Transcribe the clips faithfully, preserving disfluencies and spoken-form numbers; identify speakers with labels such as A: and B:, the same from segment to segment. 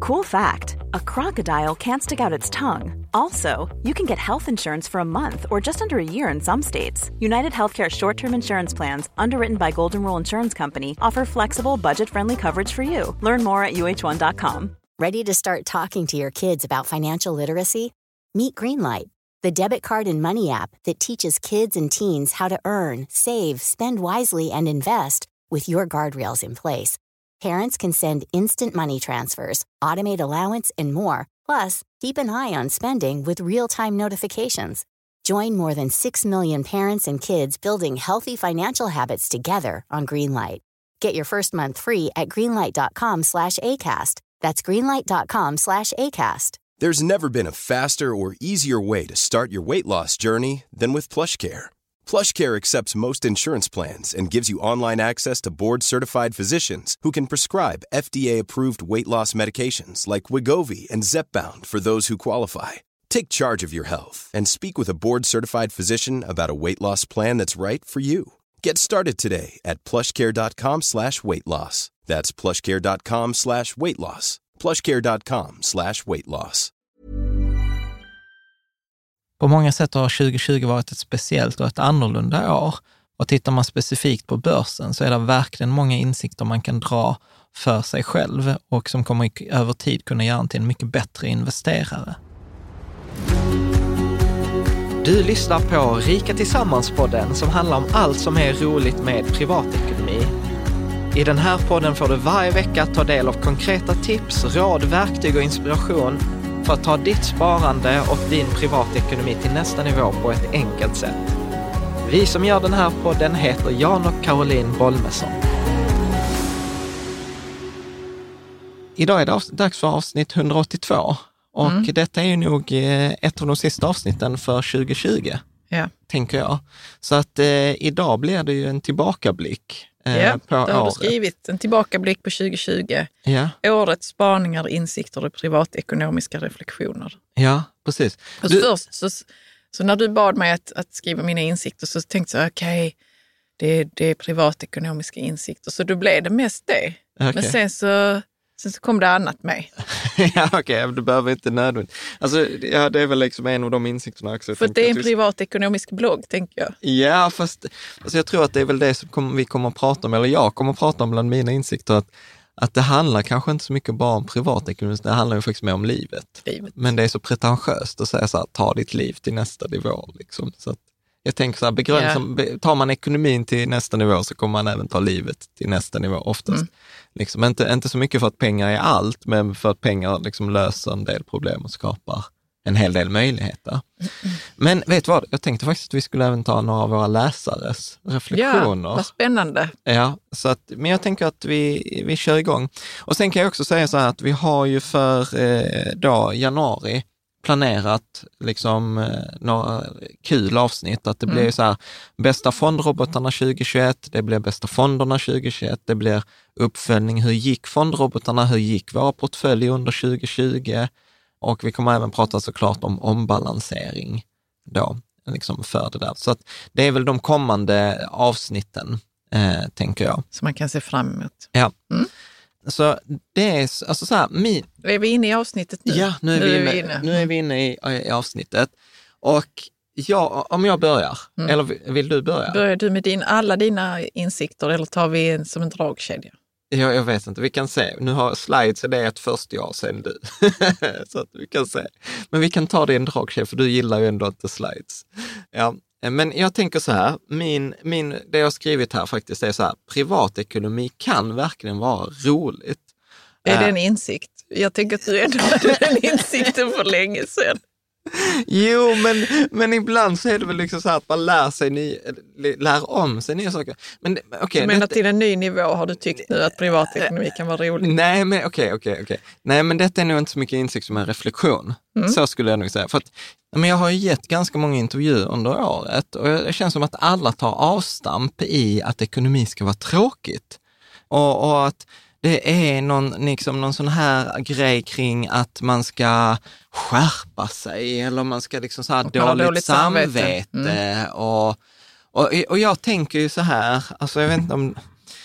A: Cool fact, a crocodile can't stick out its tongue. Also, you can get health insurance for a month or just under a year in some states. United Healthcare short-term insurance plans, underwritten by Golden Rule Insurance Company, offer flexible, budget-friendly coverage for you. Learn more at U H one dot com.
B: Ready to start talking to your kids about financial literacy? Meet Greenlight, the debit card and money app that teaches kids and teens how to earn, save, spend wisely, and invest with your guardrails in place. Parents can send instant money transfers, automate allowance, and more. Plus, keep an eye on spending with real-time notifications. Join more than six million parents and kids building healthy financial habits together on Greenlight. Get your first month free at greenlight.com slash ACAST. That's greenlight.com slash ACAST.
C: There's never been a faster or easier way to start your weight loss journey than with PlushCare. PlushCare accepts most insurance plans and gives you online access to board-certified physicians who can prescribe F D A-approved weight loss medications like Wegovy and Zepbound for those who qualify. Take charge of your health and speak with a board-certified physician about a weight loss plan that's right for you. Get started today at plushcare.com slash weight loss. That's plushcare.com slash weight loss. plushcare.com slash weight loss.
D: På många sätt har tjugo tjugo varit ett speciellt och ett annorlunda år. Och tittar man specifikt på börsen så är det verkligen många insikter man kan dra för sig själv och som kommer över tid kunna göra en till en mycket bättre investerare. Du lyssnar på Rika Tillsammans-podden som handlar om allt som är roligt med privatekonomi. I den här podden får du varje vecka ta del av konkreta tips, råd, verktyg och inspiration för att ta ditt sparande och din privatekonomi till nästa nivå på ett enkelt sätt. Vi som gör den här podden heter Jan och Caroline Bolmesson. Idag är det dags för avsnitt hundraåttiotvå och mm. detta är ju nog ett av de sista avsnitten för tjugo tjugo,
E: ja.
D: tänker jag. Så att eh, idag blir det ju en tillbakablick.
E: Ja, då har du skrivit en tillbakablick på tjugo tjugo.
D: Ja.
E: Årets spaningar, insikter och privatekonomiska reflektioner.
D: Ja, precis.
E: Och du... först, så, så när du bad mig att, att skriva mina insikter så tänkte jag, okej, okay, det, det är privatekonomiska insikter. Så då blev det mest det. Okay. Men sen så, sen så kom det annat med.
D: Ja, okej, okay, du behöver inte nödvändigt. Alltså, ja, det är väl liksom en av de insikterna också.
E: För det är en privatekonomisk blogg, tänker jag.
D: Ja, fast alltså, jag tror att det är väl det som kommer, vi kommer att prata om, eller jag kommer att prata om bland mina insikter, att, att det handlar kanske inte så mycket bara om privatekonomi, det handlar ju faktiskt mer om livet.
E: livet.
D: Men det är så pretentiöst att säga så här, ta ditt liv till nästa nivå. Liksom. Så att jag tänker så här, begränsa, ja. tar man ekonomin till nästa nivå så kommer man även ta livet till nästa nivå oftast. Mm. Liksom, inte, inte så mycket för att pengar är allt, men för att pengar liksom löser en del problem och skapar en hel del möjligheter. Mm. Men vet du vad, jag tänkte faktiskt att vi skulle även ta några av våra läsares reflektioner.
E: Ja, vad spännande.
D: Ja, så att, men jag tänker att vi, vi kör igång. Och sen kan jag också säga så här att vi har ju för eh, då, januari planerat liksom några kul avsnitt, att det mm. blir så här bästa fondrobotarna tjugo tjugoett, det blir bästa fonderna tjugo tjugoett, det blir uppföljning, hur gick fondrobotarna, hur gick våra portföljer under tjugo tjugo, och vi kommer även prata såklart om ombalansering då, liksom för det där. Så att det är väl de kommande avsnitten, eh, tänker jag.
E: Så man kan se fram emot.
D: Ja.
E: Mm.
D: Så det är alltså så här, min...
E: Är vi inne i avsnittet nu?
D: Ja, nu är, nu vi, inne, är vi inne. Nu är vi inne i, i avsnittet. Och ja, om jag börjar, mm. eller vill, vill du börja?
E: Börjar du med din, alla dina insikter, eller tar vi en som en dragkedja?
D: Ja, jag vet inte, vi kan se. Nu har slides, det är ett först jag, sen du. Så att vi kan se. Men vi kan ta det i en dragkedja, för du gillar ju ändå inte slides. Ja. Men jag tänker så här, min, min, det jag har skrivit här faktiskt är så här, privatekonomi kan verkligen vara roligt.
E: Är det en insikt? Jag tänker att du ändå hade den insikten för länge sedan.
D: Jo, men, men ibland så är det väl liksom så här att man lär sig ny, lär om sig nya saker. Men, okay,
E: du menar
D: detta,
E: till en ny nivå har du tyckt nu att privatekonomi kan vara roligt?
D: Nej, men okej, okay, okej, okay, okej. Okay. Nej, men detta är nog inte så mycket insikt som en reflektion. Mm. Så skulle jag nog säga. För att, men jag har ju gett ganska många intervjuer under året och det känns som att alla tar avstamp i att ekonomi ska vara tråkigt. Och, och att det är någon, liksom, någon sån här grej kring att man ska skärpa sig eller man ska liksom så här dåligt, dåligt samvete. samvete. Mm. Och, och, och jag tänker ju så här, alltså jag vet inte om...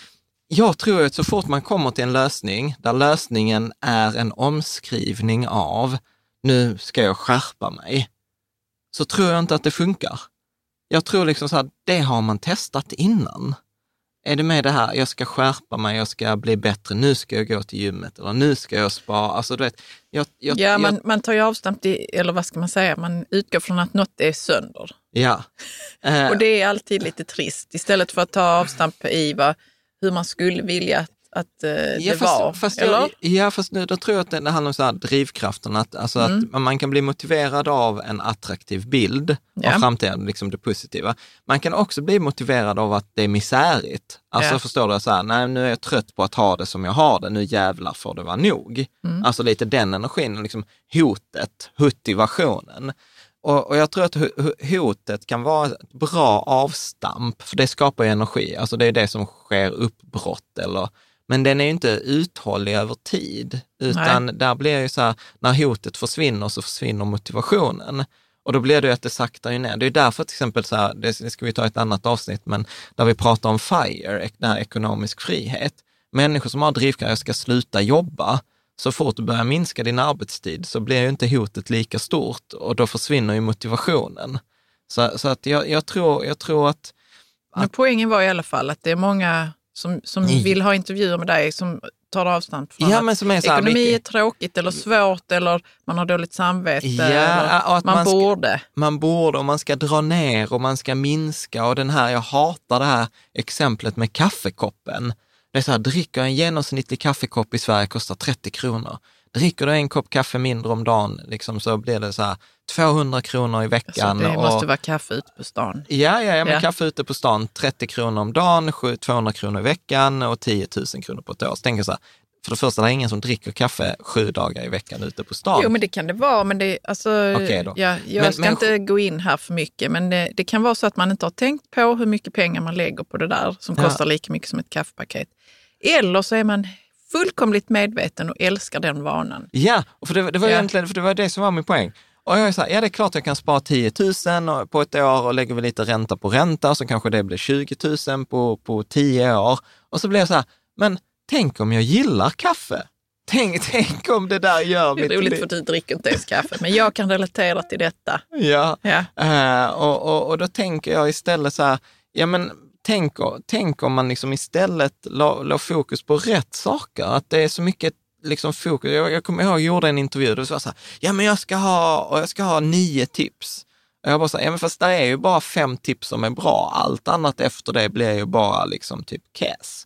D: jag tror att så fort man kommer till en lösning, där lösningen är en omskrivning av nu ska jag skärpa mig, så tror jag inte att det funkar. Jag tror liksom så här, det har man testat innan. Är det med det här, jag ska skärpa mig, jag ska bli bättre, nu ska jag gå till gymmet eller nu ska jag spara. Alltså du vet, jag, jag,
E: ja, man,
D: jag,
E: man tar ju avstamp i, eller vad ska man säga, man utgår från att något är sönder.
D: Ja. Eh,
E: och det är alltid lite trist, istället för att ta avstamp i vad, hur man skulle vilja att, att eh, det
D: ja, fast,
E: var.
D: Fast
E: eller?
D: Jag, ja, fast nu då tror jag att det, det handlar om så här drivkraften, att, alltså mm. att man kan bli motiverad av en attraktiv bild ja. av framtiden, liksom det positiva. Man kan också bli motiverad av att det är misärigt. Alltså ja. förstår du, så här, nej, nu är jag trött på att ha det som jag har det, nu jävlar får det vara nog. Mm. Alltså lite den energin, liksom hotet, motivationen. Och, och jag tror att hotet kan vara ett bra avstamp, för det skapar ju energi. Alltså det är det som sker uppbrott, eller, men den är ju inte uthållig över tid. Utan Nej. där blir ju så här, när hotet försvinner så försvinner motivationen. Och då blir det ju att det saktar ju ner. Det är därför till exempel, så här, det, det ska vi ta ett annat avsnitt, men där vi pratar om FIRE, den här ekonomisk frihet. Människor som har drivkraft, jag ska sluta jobba. Så fort du börjar minska din arbetstid så blir ju inte hotet lika stort och då försvinner ju motivationen. Så, så att jag, jag, tror, jag tror att... att...
E: Men poängen var i alla fall att det är många som, som mm. vill ha intervjuer med dig som tar avstånd från
D: ja, men som är så här,
E: ekonomi
D: mycket...
E: är tråkigt eller svårt eller man har dåligt samvete.
D: Ja,
E: eller
D: att
E: man,
D: man
E: borde.
D: Ska, man borde och man ska dra ner och man ska minska. Och den här, jag hatar det här exemplet med kaffekoppen. Det är så här, dricker en genomsnittlig kaffekopp i Sverige kostar trettio kronor. Dricker du en kopp kaffe mindre om dagen liksom, så blir det så här tvåhundra kronor i veckan.
E: Alltså det
D: och,
E: måste vara kaffe ute på stan.
D: Ja, ja, ja men
E: ja.
D: kaffe ute på stan, trettio kronor om dagen, tvåhundra kronor i veckan och tio tusen kronor på ett år. Så tänker jag så här, för det första, det är ingen som dricker kaffe sju dagar i veckan ute på stan.
E: Jo, men det kan det vara. Men det, alltså,
D: okay, då.
E: Ja, jag
D: men,
E: ska
D: men,
E: inte gå in här för mycket, men det, det kan vara så att man inte har tänkt på hur mycket pengar man lägger på det där som ja. kostar lika mycket som ett kaffepaket. Eller så är man fullkomligt medveten och älskar den vanan.
D: Ja, och för det, det var
E: ja.
D: egentligen för det var det som var min poäng. Och jag är så här, ja det är klart jag kan spara tio tusen på ett år och lägger väl lite ränta på ränta så kanske det blir tjugo tusen på, på tio år. Och så blir jag så här, men tänk om jag gillar kaffe. Tänk, tänk om det där gör mitt liv.
E: Det är roligt för att du dricker inte ens kaffe, men jag kan relatera till detta.
D: Ja,
E: ja.
D: Uh, och, och, och då tänker jag istället så här, ja men tänk, tänk om man liksom istället la, la fokus på rätt saker. Att det är så mycket liksom fokus. Jag, jag kommer ihåg, jag gjorde en intervju och det var så här, ja men jag ska ha, och jag ska ha nio tips. Och jag bara så här, ja men fast det är ju bara fem tips som är bra. Allt annat efter det blir ju bara liksom typ cass.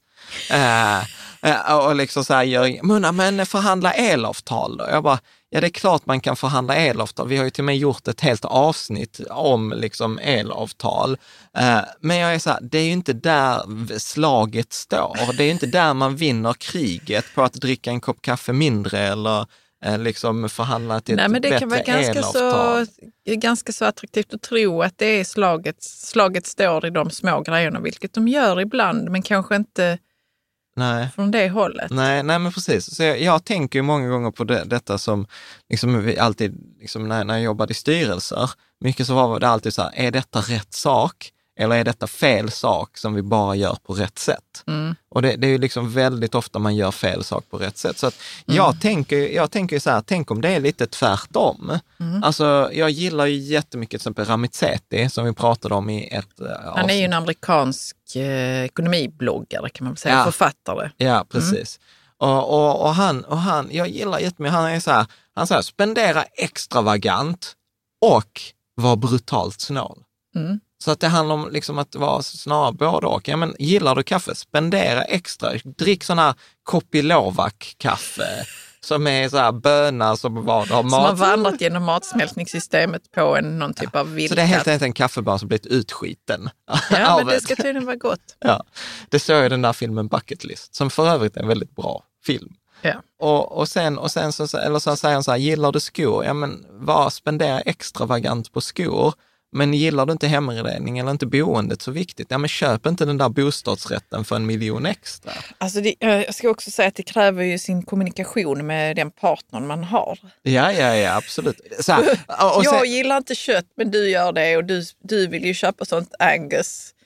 D: Uh, och liksom så här, gör, men, men förhandla elavtal då. Jag bara, ja det är klart man kan förhandla elavtal. Vi har ju till och med gjort ett helt avsnitt om liksom elavtal. Uh, men jag är så här, det är ju inte där slaget står. Det är ju inte där man vinner kriget på att dricka en kopp kaffe mindre eller uh, liksom förhandla till
E: Nej,
D: ett
E: men det
D: bättre
E: kan vara ganska
D: elavtal.
E: så, ganska så attraktivt att tro att det är slaget, slaget står i de små grejerna, vilket de gör ibland, men kanske inte
D: Nej.
E: från det hållet.
D: Nej, nej men precis. Så jag, jag tänker ju många gånger på det, detta som liksom vi alltid, liksom när, när jag jobbade i styrelser, mycket så var det alltid så här, är detta rätt sak eller är detta fel sak som vi bara gör på rätt sätt? Mm. Och det, det är ju liksom väldigt ofta man gör fel sak på rätt sätt. Så att mm. jag tänker jag tänker så här, tänk om det är lite tvärtom. Mm. Alltså jag gillar ju jättemycket till exempel Ramit Sethi som vi pratade om i ett uh,
E: Han är ju en amerikansk eh, ekonomibloggare kan man säga, ja. författare.
D: Ja, precis. Mm. Och, och, och, han, och han, jag gillar jättemycket, han är så här, han säger spendera extravagant och var brutalt snål. Mm. Så att det handlar om liksom att vara snarare både och. Ja, men gillar du kaffe, spendera extra. Drick sån här Kopilovac-kaffe som är så här bönor som var har mat.
E: Som har vandrat genom matsmältningssystemet på en, någon typ
D: ja.
E: av vildkatt.
D: Så det är helt enkelt en kaffebön som blivit utskiten.
E: Ja, men det ska tydligen vara gott.
D: Ja, det såg jag i den där filmen Bucket List, som för övrigt är en väldigt bra film.
E: Ja.
D: Och, och sen, och sen så, eller så säger han så här, gillar du skor? Ja, men vad, spendera extravagant på skor. Men gillar du inte hemredning eller inte boendet så viktigt, ja men köp inte den där bostadsrätten för en miljon extra.
E: Alltså det, jag ska också säga att det kräver ju sin kommunikation med den partnern man har.
D: Ja, ja, ja, absolut. Så här, och sen,
E: jag gillar inte kött men du gör det och du, du vill ju köpa sånt Angus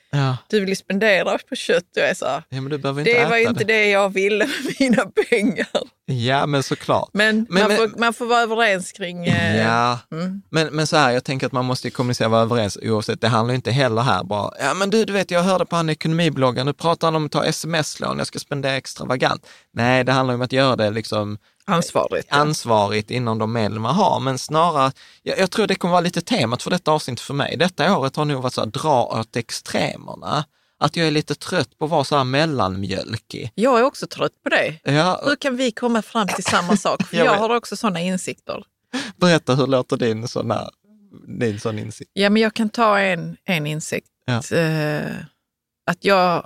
E: Ja. Du vill ju spendera på kött och jag är så här,
D: ja, men du behöver inte
E: det
D: äta
E: var ju inte det. det jag ville med mina pengar.
D: Ja, men såklart.
E: Men, men, man, men får, man får vara överens kring... Eh,
D: ja,
E: mm.
D: men, men så här, jag tänker att man måste kommunicera och vara överens oavsett. Det handlar ju inte heller här bara, ja men du, du vet, jag hörde på han ekonomibloggen, nu pratar han om att ta sms-lån, jag ska spendera extravagant. Nej, det handlar om att göra det liksom...
E: Ansvarigt.
D: Ansvarigt inom de medel man har, men snarare, jag, jag tror det kommer vara lite temat för detta avsnitt för mig. Detta året har nog varit så här, dra åt extremerna. Att jag är lite trött på att vara så här mellanmjölkig.
E: Jag är också trött på det.
D: Ja.
E: Hur kan vi komma fram till samma sak? För jag, jag har också sådana insikter.
D: Berätta, hur låter din sån här, din sån insikt?
E: Ja, men jag kan ta en, en insikt. Ja. Uh, att jag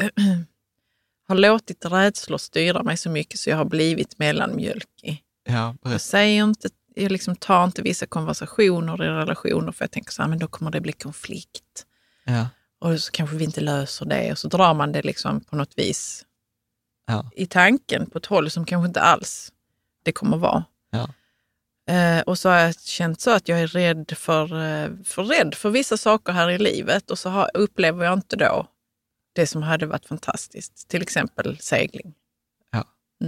E: har låtit rädslor styra mig så mycket så jag har blivit mellanmjölkig.
D: Ja,
E: jag säger inte, jag liksom tar inte vissa konversationer i relationer för jag tänker så här, men då kommer det bli konflikt.
D: Ja.
E: Och så kanske vi inte löser det. Och så drar man det liksom på något vis
D: ja.
E: i tanken på ett håll som kanske inte alls det kommer vara.
D: Ja.
E: Eh, och så har jag känt så att jag är rädd för, för, rädd för vissa saker här i livet. Och så har, upplever jag inte då det som hade varit fantastiskt. Till exempel segling.
D: Ja.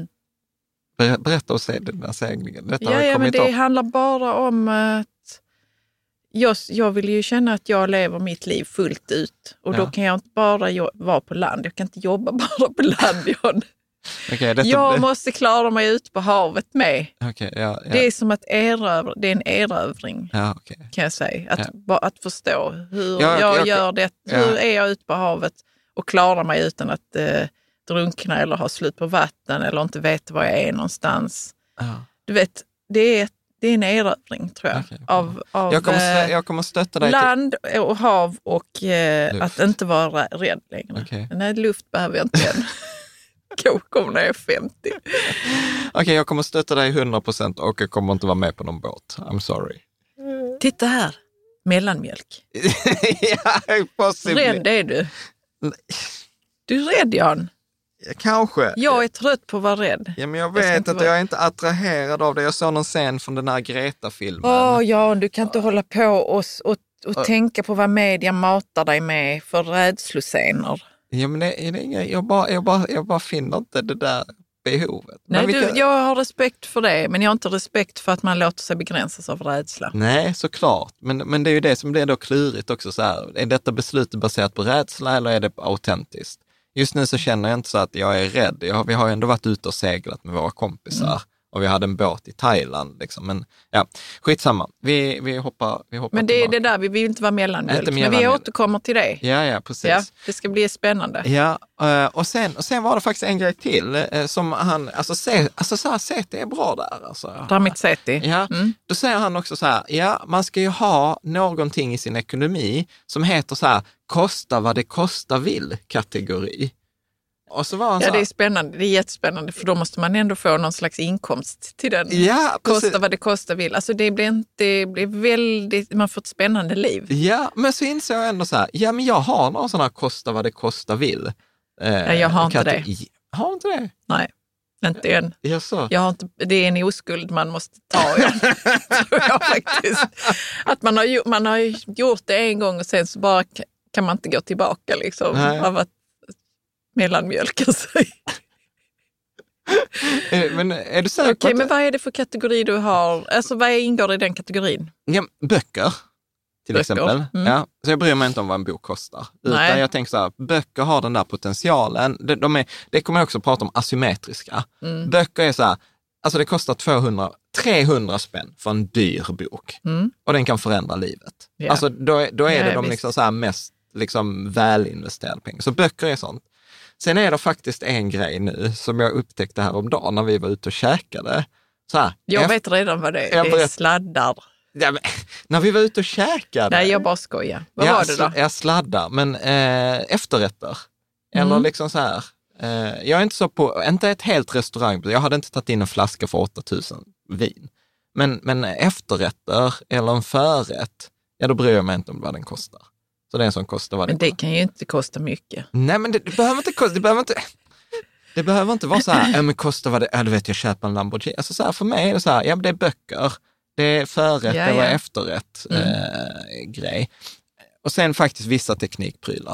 E: Mm.
D: Berätta och se den där seglingen. Detta
E: ja,
D: har
E: ja men det
D: upp.
E: handlar bara om att Jag, jag vill ju känna att jag lever mitt liv fullt ut. Och ja. Då kan jag inte bara jo- vara på land. Jag kan inte jobba bara på land. Jag,
D: okay, detta...
E: jag måste klara mig ut på havet med.
D: Okay, ja, ja.
E: Det är som att erövra, det är en erövring,
D: ja, okay.
E: kan jag säga. Att,
D: ja.
E: ba, att förstå hur
D: ja,
E: jag
D: jag,
E: gör det.
D: Ja.
E: Hur är jag ute på havet och klarar mig utan att eh, drunkna eller ha slut på vatten eller inte veta var jag är någonstans.
D: Ja.
E: Du vet, det är Det är en erövring, tror jag. Okay. Av, av
D: jag, kommer stö- jag kommer stötta dig
E: land till... och hav och eh, att inte vara rädd längre.
D: Okay.
E: Nej, luft behöver jag inte än. Jag kommer när jag är femtio.
D: Okej, okay, jag kommer stötta dig hundra procent och jag kommer inte vara med på någon båt. I'm sorry.
E: Mm. Titta här. Mellanmjölk.
D: ja, possibly.
E: Rädd är du. Du är rädd, Jan.
D: Kanske.
E: Jag är trött på att vara rädd.
D: Ja, men jag vet jag att vara... jag är inte attraherad av det. Jag såg någon scen från den här Greta-filmen.
E: Åh, ja, du kan inte hålla på och, och, och uh. tänka på vad media matar dig med för rädsloscener.
D: Ja, men det är det inga, jag, bara, jag, bara, jag bara finner inte det där behovet.
E: Nej,
D: vilka...
E: du, jag har respekt för det, men jag har inte respekt för att man låter sig begränsas av rädsla.
D: Nej, såklart. Men, men det är ju det som blir då klurigt också. Så här. Är detta beslutet baserat på rädsla eller är det autentiskt? Just nu så känner jag inte så att jag är rädd. Jag, vi har ju ändå varit ute och seglat med våra kompisar. Mm. Och vi hade en båt i Thailand. Liksom. Men ja, skitsamma. Vi, vi hoppar, vi hoppar
E: Men det
D: tillbaka.
E: är det där, vi vill inte vara mellanmjölk. Inte mellanmjölk. Men vi återkommer till det.
D: Ja, ja, precis.
E: Ja, det ska bli spännande.
D: Ja, och sen, och sen var det faktiskt en grej till. Som han, alltså, se, alltså så här, Seti är bra där. Alltså.
E: Ramit Sethi.
D: Ja,
E: mm.
D: Då säger han också så här, ja, man ska ju ha någonting i sin ekonomi som heter så här, kosta vad det kosta vill kategori. Och så var han
E: ja,
D: så här,
E: det är spännande. Det är jättespännande för då måste man ändå få någon slags inkomst till den.
D: Ja,
E: kosta vad det kosta vill. Alltså det blir inte, det blir väldigt, man får ett spännande liv.
D: Ja, men så insåg jag ändå så här, ja men jag har någon sån här kosta vad det kosta vill.
E: Eh, Nej, jag har inte det.
D: Har inte det?
E: Nej, inte än.
D: Jag så.
E: Jag har inte, det är en oskuld man måste ta. Jag, tror jag faktiskt. Att man har, man har gjort det en gång och sen så bara kan man inte gå tillbaka liksom.
D: Nej.
E: Av att mellanmjölka sig.
D: Men är du säker
E: Okej, okay, men vad är det för kategori du har? Alltså vad ingår i den kategorin?
D: Ja, böcker till böcker. exempel.
E: Mm.
D: Ja, så jag bryr mig inte om vad en bok kostar. Utan
E: Nej.
D: jag tänker så här, böcker har den där potentialen. De, de är, det kommer jag också prata om asymmetriska. Mm. Böcker är så här, alltså det kostar tvåhundra, trehundra spänn för en dyr bok. Mm. Och den kan förändra livet. Yeah. Alltså då är, då är
E: yeah,
D: det de liksom så här mest liksom välinvesterade pengar. Så böcker är sånt. Sen är det faktiskt en grej nu som jag upptäckte här om dagen när vi var ute och käkade. Så här,
E: jag
D: efter,
E: vet redan vad det är. Det är berätt, sladdar.
D: Ja, men, när vi var ute och käkade.
E: Nej, jag bara skojar. Vad
D: ja,
E: var det då?
D: Jag sladdar, men eh, efterrätter. Mm. Eller liksom så här. Eh, jag är inte så på, inte ett helt restaurang. Jag hade inte tagit in en flaska för åtta tusen vin. Men, men efterrätter eller en förrätt, ja då bryr jag mig inte om vad den kostar. Så det är en som kostar vad det
E: Men det
D: kostar.
E: kan ju inte kosta mycket.
D: Nej, men det, det behöver inte kosta, det behöver inte... Det behöver inte vara så här, ja men kostar vad det, ja du vet jag köper en Lamborghini. Alltså så här, för mig är det så här, ja men det är böcker, det är förrätt
E: ja,
D: eller
E: ja.
D: efterrätt mm. eh, grej. Och sen faktiskt vissa teknikprylar.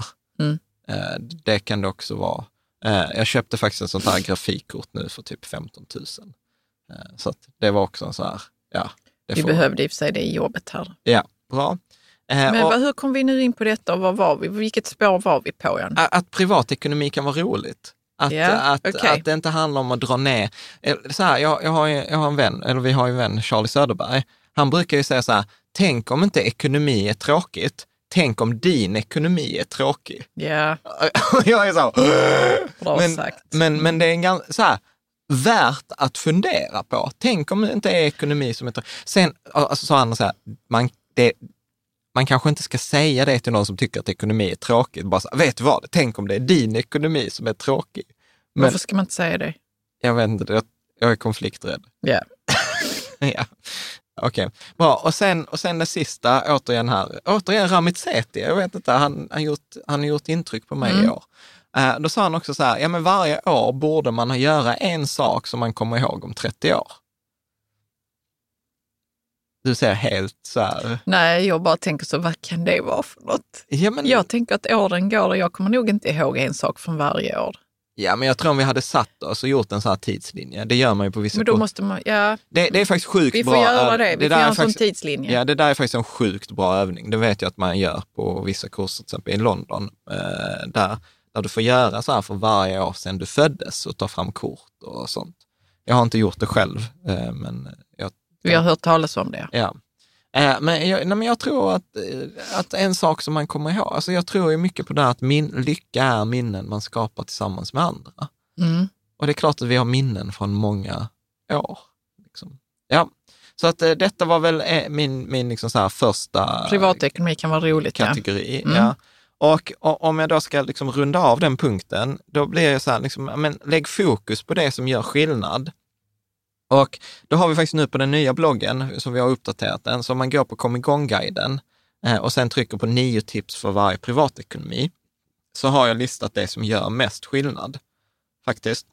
E: Mm.
D: Eh, det kan det också vara. Eh, jag köpte faktiskt ett sånt här grafikkort nu för typ femton tusen. Eh, så att det var också en så här, ja. Det
E: vi
D: får...
E: behövde i och för sig det i jobbet här.
D: Ja, bra. Eh,
E: Men
D: och,
E: vad, hur kom vi nu in på detta och vad var vi? Vilket spår var vi på, Jan?
D: Att privatekonomi kan vara roligt. Att,
E: ja,
D: att,
E: okay.
D: att det inte handlar om att dra ner. Så här, jag, jag, har, jag har en vän, eller vi har en vän, Charlie Söderberg. Han brukar ju säga så här, tänk om inte ekonomi är tråkigt, tänk om din ekonomi är tråkig.
E: Ja.
D: Jag är så.
E: Bra
D: men,
E: sagt.
D: Men, men det är en ganska, så här, värt att fundera på. Tänk om det inte är ekonomi som är tråkig. Sen, alltså sa han så här, man, det, man kanske inte ska säga det till någon som tycker att ekonomi är tråkigt. Bara så, vet du vad, tänk om det är din ekonomi som är tråkig. Men,
E: varför ska man inte säga det?
D: Jag vet inte, jag, jag är konflikträdd.
E: Yeah.
D: Ja. Okej, okay. Bra. Och sen, och sen det sista, återigen här. Återigen Ramit Sethi, jag vet inte, han har gjort, han har gjort intryck på mig mm. i år. Uh, då sa han också så här, ja men varje år borde man göra en sak som man kommer ihåg om trettio år. Du ser helt så här.
E: Nej, jag bara tänker så, vad kan det vara för något?
D: Ja, men...
E: Jag tänker att åren går och jag kommer nog inte ihåg en sak från varje år.
D: Ja, men jag tror om vi hade satt oss och gjort en sån här tidslinje. Det gör man ju på vissa...
E: Men då måste man, ja...
D: Det, det är faktiskt sjukt bra.
E: Vi får bra. göra det, vi
D: det
E: får göra en sån
D: faktiskt,
E: tidslinje.
D: Ja, det där är faktiskt en sjukt bra övning. Det vet jag att man gör på vissa kurser, till exempel i London. Eh, där, där du får göra så här för varje år sedan du föddes och ta fram kort och sånt. Jag har inte gjort det själv, eh, men... Jag,
E: vi har hört talas om det.
D: Ja. Eh, men, jag, nej, men jag tror att, att en sak som man kommer ihåg, alltså jag tror ju mycket på det här att min, lycka är minnen man skapar tillsammans med andra.
E: Mm.
D: Och det är klart att vi har minnen från många år. Liksom. Ja, så att eh, detta var väl eh, min, min liksom så här första...
E: Privatekonomi kan vara roligt,
D: kategori.
E: Ja. Mm.
D: Ja. Och, och om jag då ska liksom runda av den punkten, då blir det så här, liksom, men lägg fokus på det som gör skillnad. Och då har vi faktiskt nu på den nya bloggen som vi har uppdaterat den, så om man går på Kom igång-guiden eh, och sen trycker på nio tips för varje privatekonomi, så har jag listat det som gör mest skillnad faktiskt.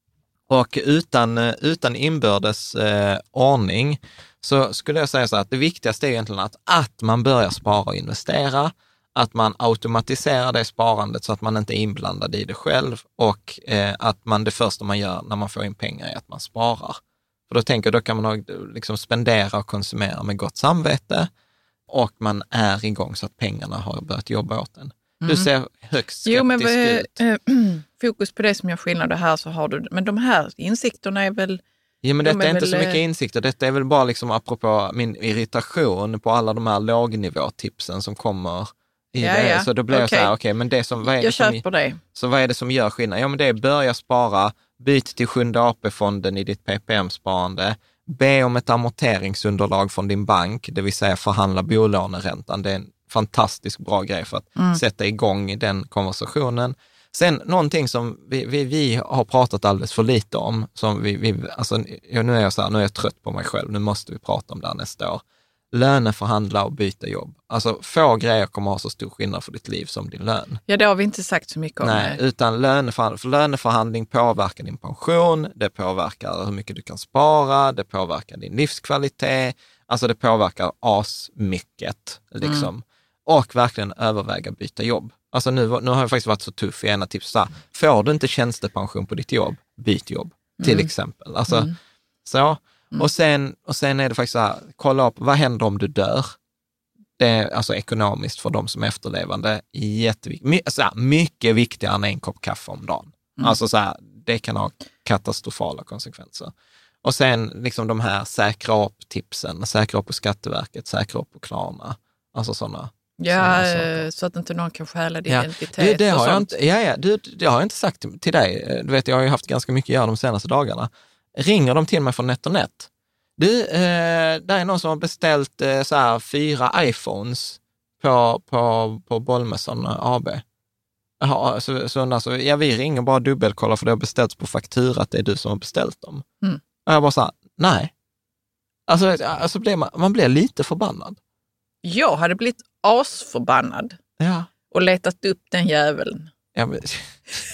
D: Och utan, utan inbördes eh, ordning så skulle jag säga så att det viktigaste är egentligen att, att man börjar spara och investera, att man automatiserar det sparandet så att man inte är inblandad i det själv, och eh, att man det första man gör när man får in pengar är att man sparar. För då tänker jag, då kan man liksom spendera och konsumera med gott samvete, och man är igång så att pengarna har börjat jobba åt en. Du ser högst skeptisk
E: jo, men,
D: ut.
E: Äh, fokus på det som gör skillnad, här så har du, men de här insikterna är väl...
D: Ja, men detta
E: de är,
D: är inte
E: väl,
D: så mycket insikter. Detta är väl bara liksom apropå min irritation på alla de här lågnivåtipsen som kommer i
E: ja,
D: det.
E: Ja.
D: Så då blir okay. jag så här, okej, okay, men det som... Vad är
E: jag
D: det som,
E: köper det.
D: Så vad är det som gör skillnad? Ja, men det är börja spara, byt till sjunde A P-fonden i ditt P P M-sparande, be om ett amorteringsunderlag från din bank, det vill säga förhandla bolåneräntan. Det är en fantastiskt bra grej för att mm. sätta igång den konversationen. Sen någonting som vi, vi, vi har pratat alldeles för lite om, som vi, vi alltså, nu är jag så här, nu är jag trött på mig själv, nu måste vi prata om det här nästa år. Löneförhandla och byta jobb. Alltså få grejer kommer ha så stor skillnad för ditt liv som din lön.
E: Ja, det har vi inte sagt så mycket om.
D: Nej, det. Utan löneförhandling, för löneförhandling påverkar din pension, det påverkar hur mycket du kan spara, det påverkar din livskvalitet, alltså det påverkar asmycket liksom. Mm. Och verkligen överväga byta jobb. Alltså nu, nu har jag faktiskt varit så tuff i ena tips. Så här, får du inte tjänstepension på ditt jobb, byt jobb. Till mm. exempel. Alltså, mm. så. Mm. Och, sen, och sen är det faktiskt så här, kolla upp, vad händer om du dör? Det är alltså ekonomiskt för de som är efterlevande jätteviktigt. My, så här, mycket viktigare än en kopp kaffe om dagen. Mm. Alltså så här, det kan ha katastrofala konsekvenser. Och sen liksom de här säkra upp tipsen, säkra upp på Skatteverket, säkra upp på Klarna. Alltså sådana.
E: Ja, så att inte någon kan stjäla din
D: ja.
E: identitet.
D: Du, det,
E: och
D: har jag
E: sånt.
D: inte, ja, ja, du, det har jag inte sagt till, till dig. Du vet, jag har ju haft ganska mycket att göra de senaste dagarna. Ringer de till mig från NetOnNet. Du, eh, där är någon som har beställt eh, så här, fyra iPhones på, på, på Bollmässan A B. Jaha, så, så, alltså, ja, vi ringer bara dubbelkolla för det har beställts på faktura att det är du som har beställt dem. Mm. Och jag bara så här, nej. Alltså, alltså blir man, man blir lite förbannad.
E: Jag hade blivit asförbannad
D: ja.
E: och letat upp den jäveln.
D: Ja, men...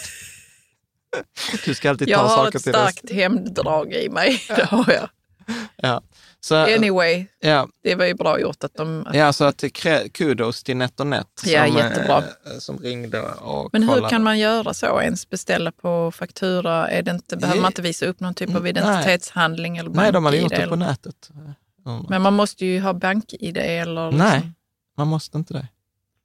D: Du ska alltid
E: jag
D: ta
E: har
D: saker
E: ett
D: till
E: starkt hämnddrag i mig, det har jag.
D: Ja. Så,
E: anyway,
D: ja.
E: det var ju bra gjort att de... Att...
D: Ja, så att kudos till NetOnNet som,
E: ja, jättebra.
D: som ringde och
E: Men
D: kollade.
E: Hur kan man göra så? Ens beställa på faktura? Är det inte, behöver man inte visa upp någon typ av identitetshandling
D: Nej.
E: eller bank-I D?
D: Nej, de hade gjort det
E: eller?
D: på nätet. Mm.
E: Men man måste ju ha bank-I D eller... Liksom...
D: Nej, man måste inte det.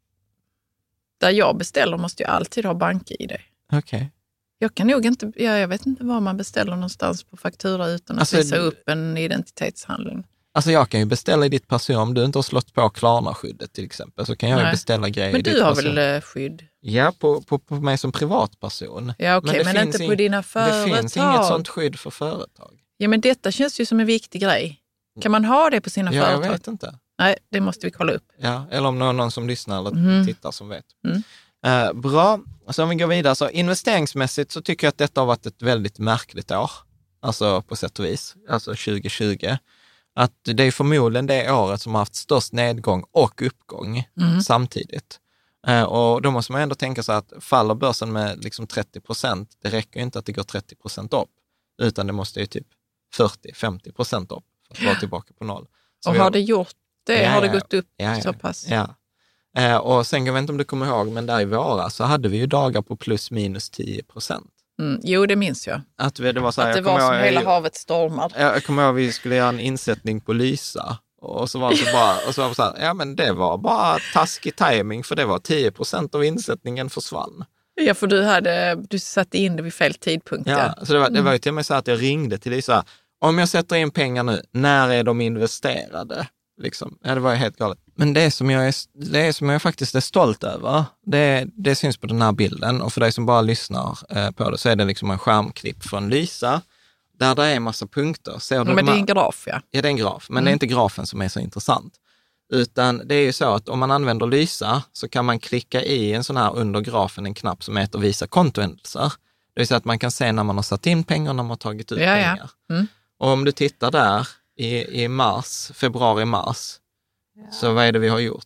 E: Där jag beställer måste jag alltid ha bank-I D.
D: Okej. Okay.
E: Jag kan nog inte, ja, jag vet inte var man beställer någonstans på faktura utan att alltså, visa upp en identitetshandling.
D: Alltså jag kan ju beställa i ditt personnummer, om du inte har slått på Klarna-skyddet till exempel, så kan jag Nej. ju beställa grejer
E: men
D: i ditt
E: du har
D: person.
E: väl skydd?
D: Ja, på, på, på mig som privatperson.
E: Ja, okej, okay, men, men inte på dina företag.
D: Det finns inget sånt skydd för företag.
E: Ja, men detta känns ju som en viktig grej. Kan man ha det på sina
D: ja,
E: företag?
D: Jag vet inte.
E: Nej, det måste vi kolla upp.
D: Ja, eller om någon, någon som lyssnar eller
E: mm.
D: tittar som vet.
E: Mm.
D: Uh, bra, så om vi går vidare. Så investeringsmässigt så tycker jag att detta har varit ett väldigt märkligt år. Alltså på sätt och vis. Alltså tjugo tjugo. Att det är förmodligen det året som har haft störst nedgång och uppgång mm. samtidigt. Uh, och då måste man ändå tänka sig att faller börsen med liksom trettio procent, det räcker inte att det går trettio procent upp. Utan det måste ju typ fyrtio till femtio procent upp för att vara tillbaka på noll. Så
E: och har har det gjort det?
D: Ja,
E: har det
D: ja,
E: gått upp
D: ja, ja,
E: så pass?
D: Ja. Eh, och sen, jag vet inte om du kommer ihåg, men där i våras så hade vi ju dagar på plus minus tio procent.
E: Mm, jo, det minns jag.
D: Att vi, det var, så här,
E: att det var som ihåg, hela jag, havet stormar.
D: Jag, jag kommer ihåg att vi skulle göra en insättning på Lysa. Och så var det så bara, och så var det så här, ja men det var bara taskig timing för det var tio procent av insättningen försvann.
E: Ja, för du, hade, du satte in det vid fel tidpunkt.
D: Ja, ja. Så det var, det var ju till och med så att jag ringde till Lysa. Om jag sätter in pengar nu, när är de investerade? Liksom. Ja, det var ju helt galet. Men det som jag, är, det som jag faktiskt är stolt över, det, det syns på den här bilden. Och för dig som bara lyssnar eh, på det så är det liksom en skärmklipp från Lysa där det är en massa punkter. Ser du
E: men
D: de
E: det är en graf, ja.
D: Ja, det är en graf. Men
E: mm. det
D: är inte grafen som är så intressant. Utan det är ju så att om man använder Lysa så kan man klicka i en sån här under grafen en knapp som heter visa kontohändelser. Det vill säga att man kan se när man har satt in pengar och när man har tagit ut
E: ja,
D: pengar.
E: Ja. Mm.
D: Och om du tittar där i, i mars, februari-mars, ja. Så vad är det vi har gjort?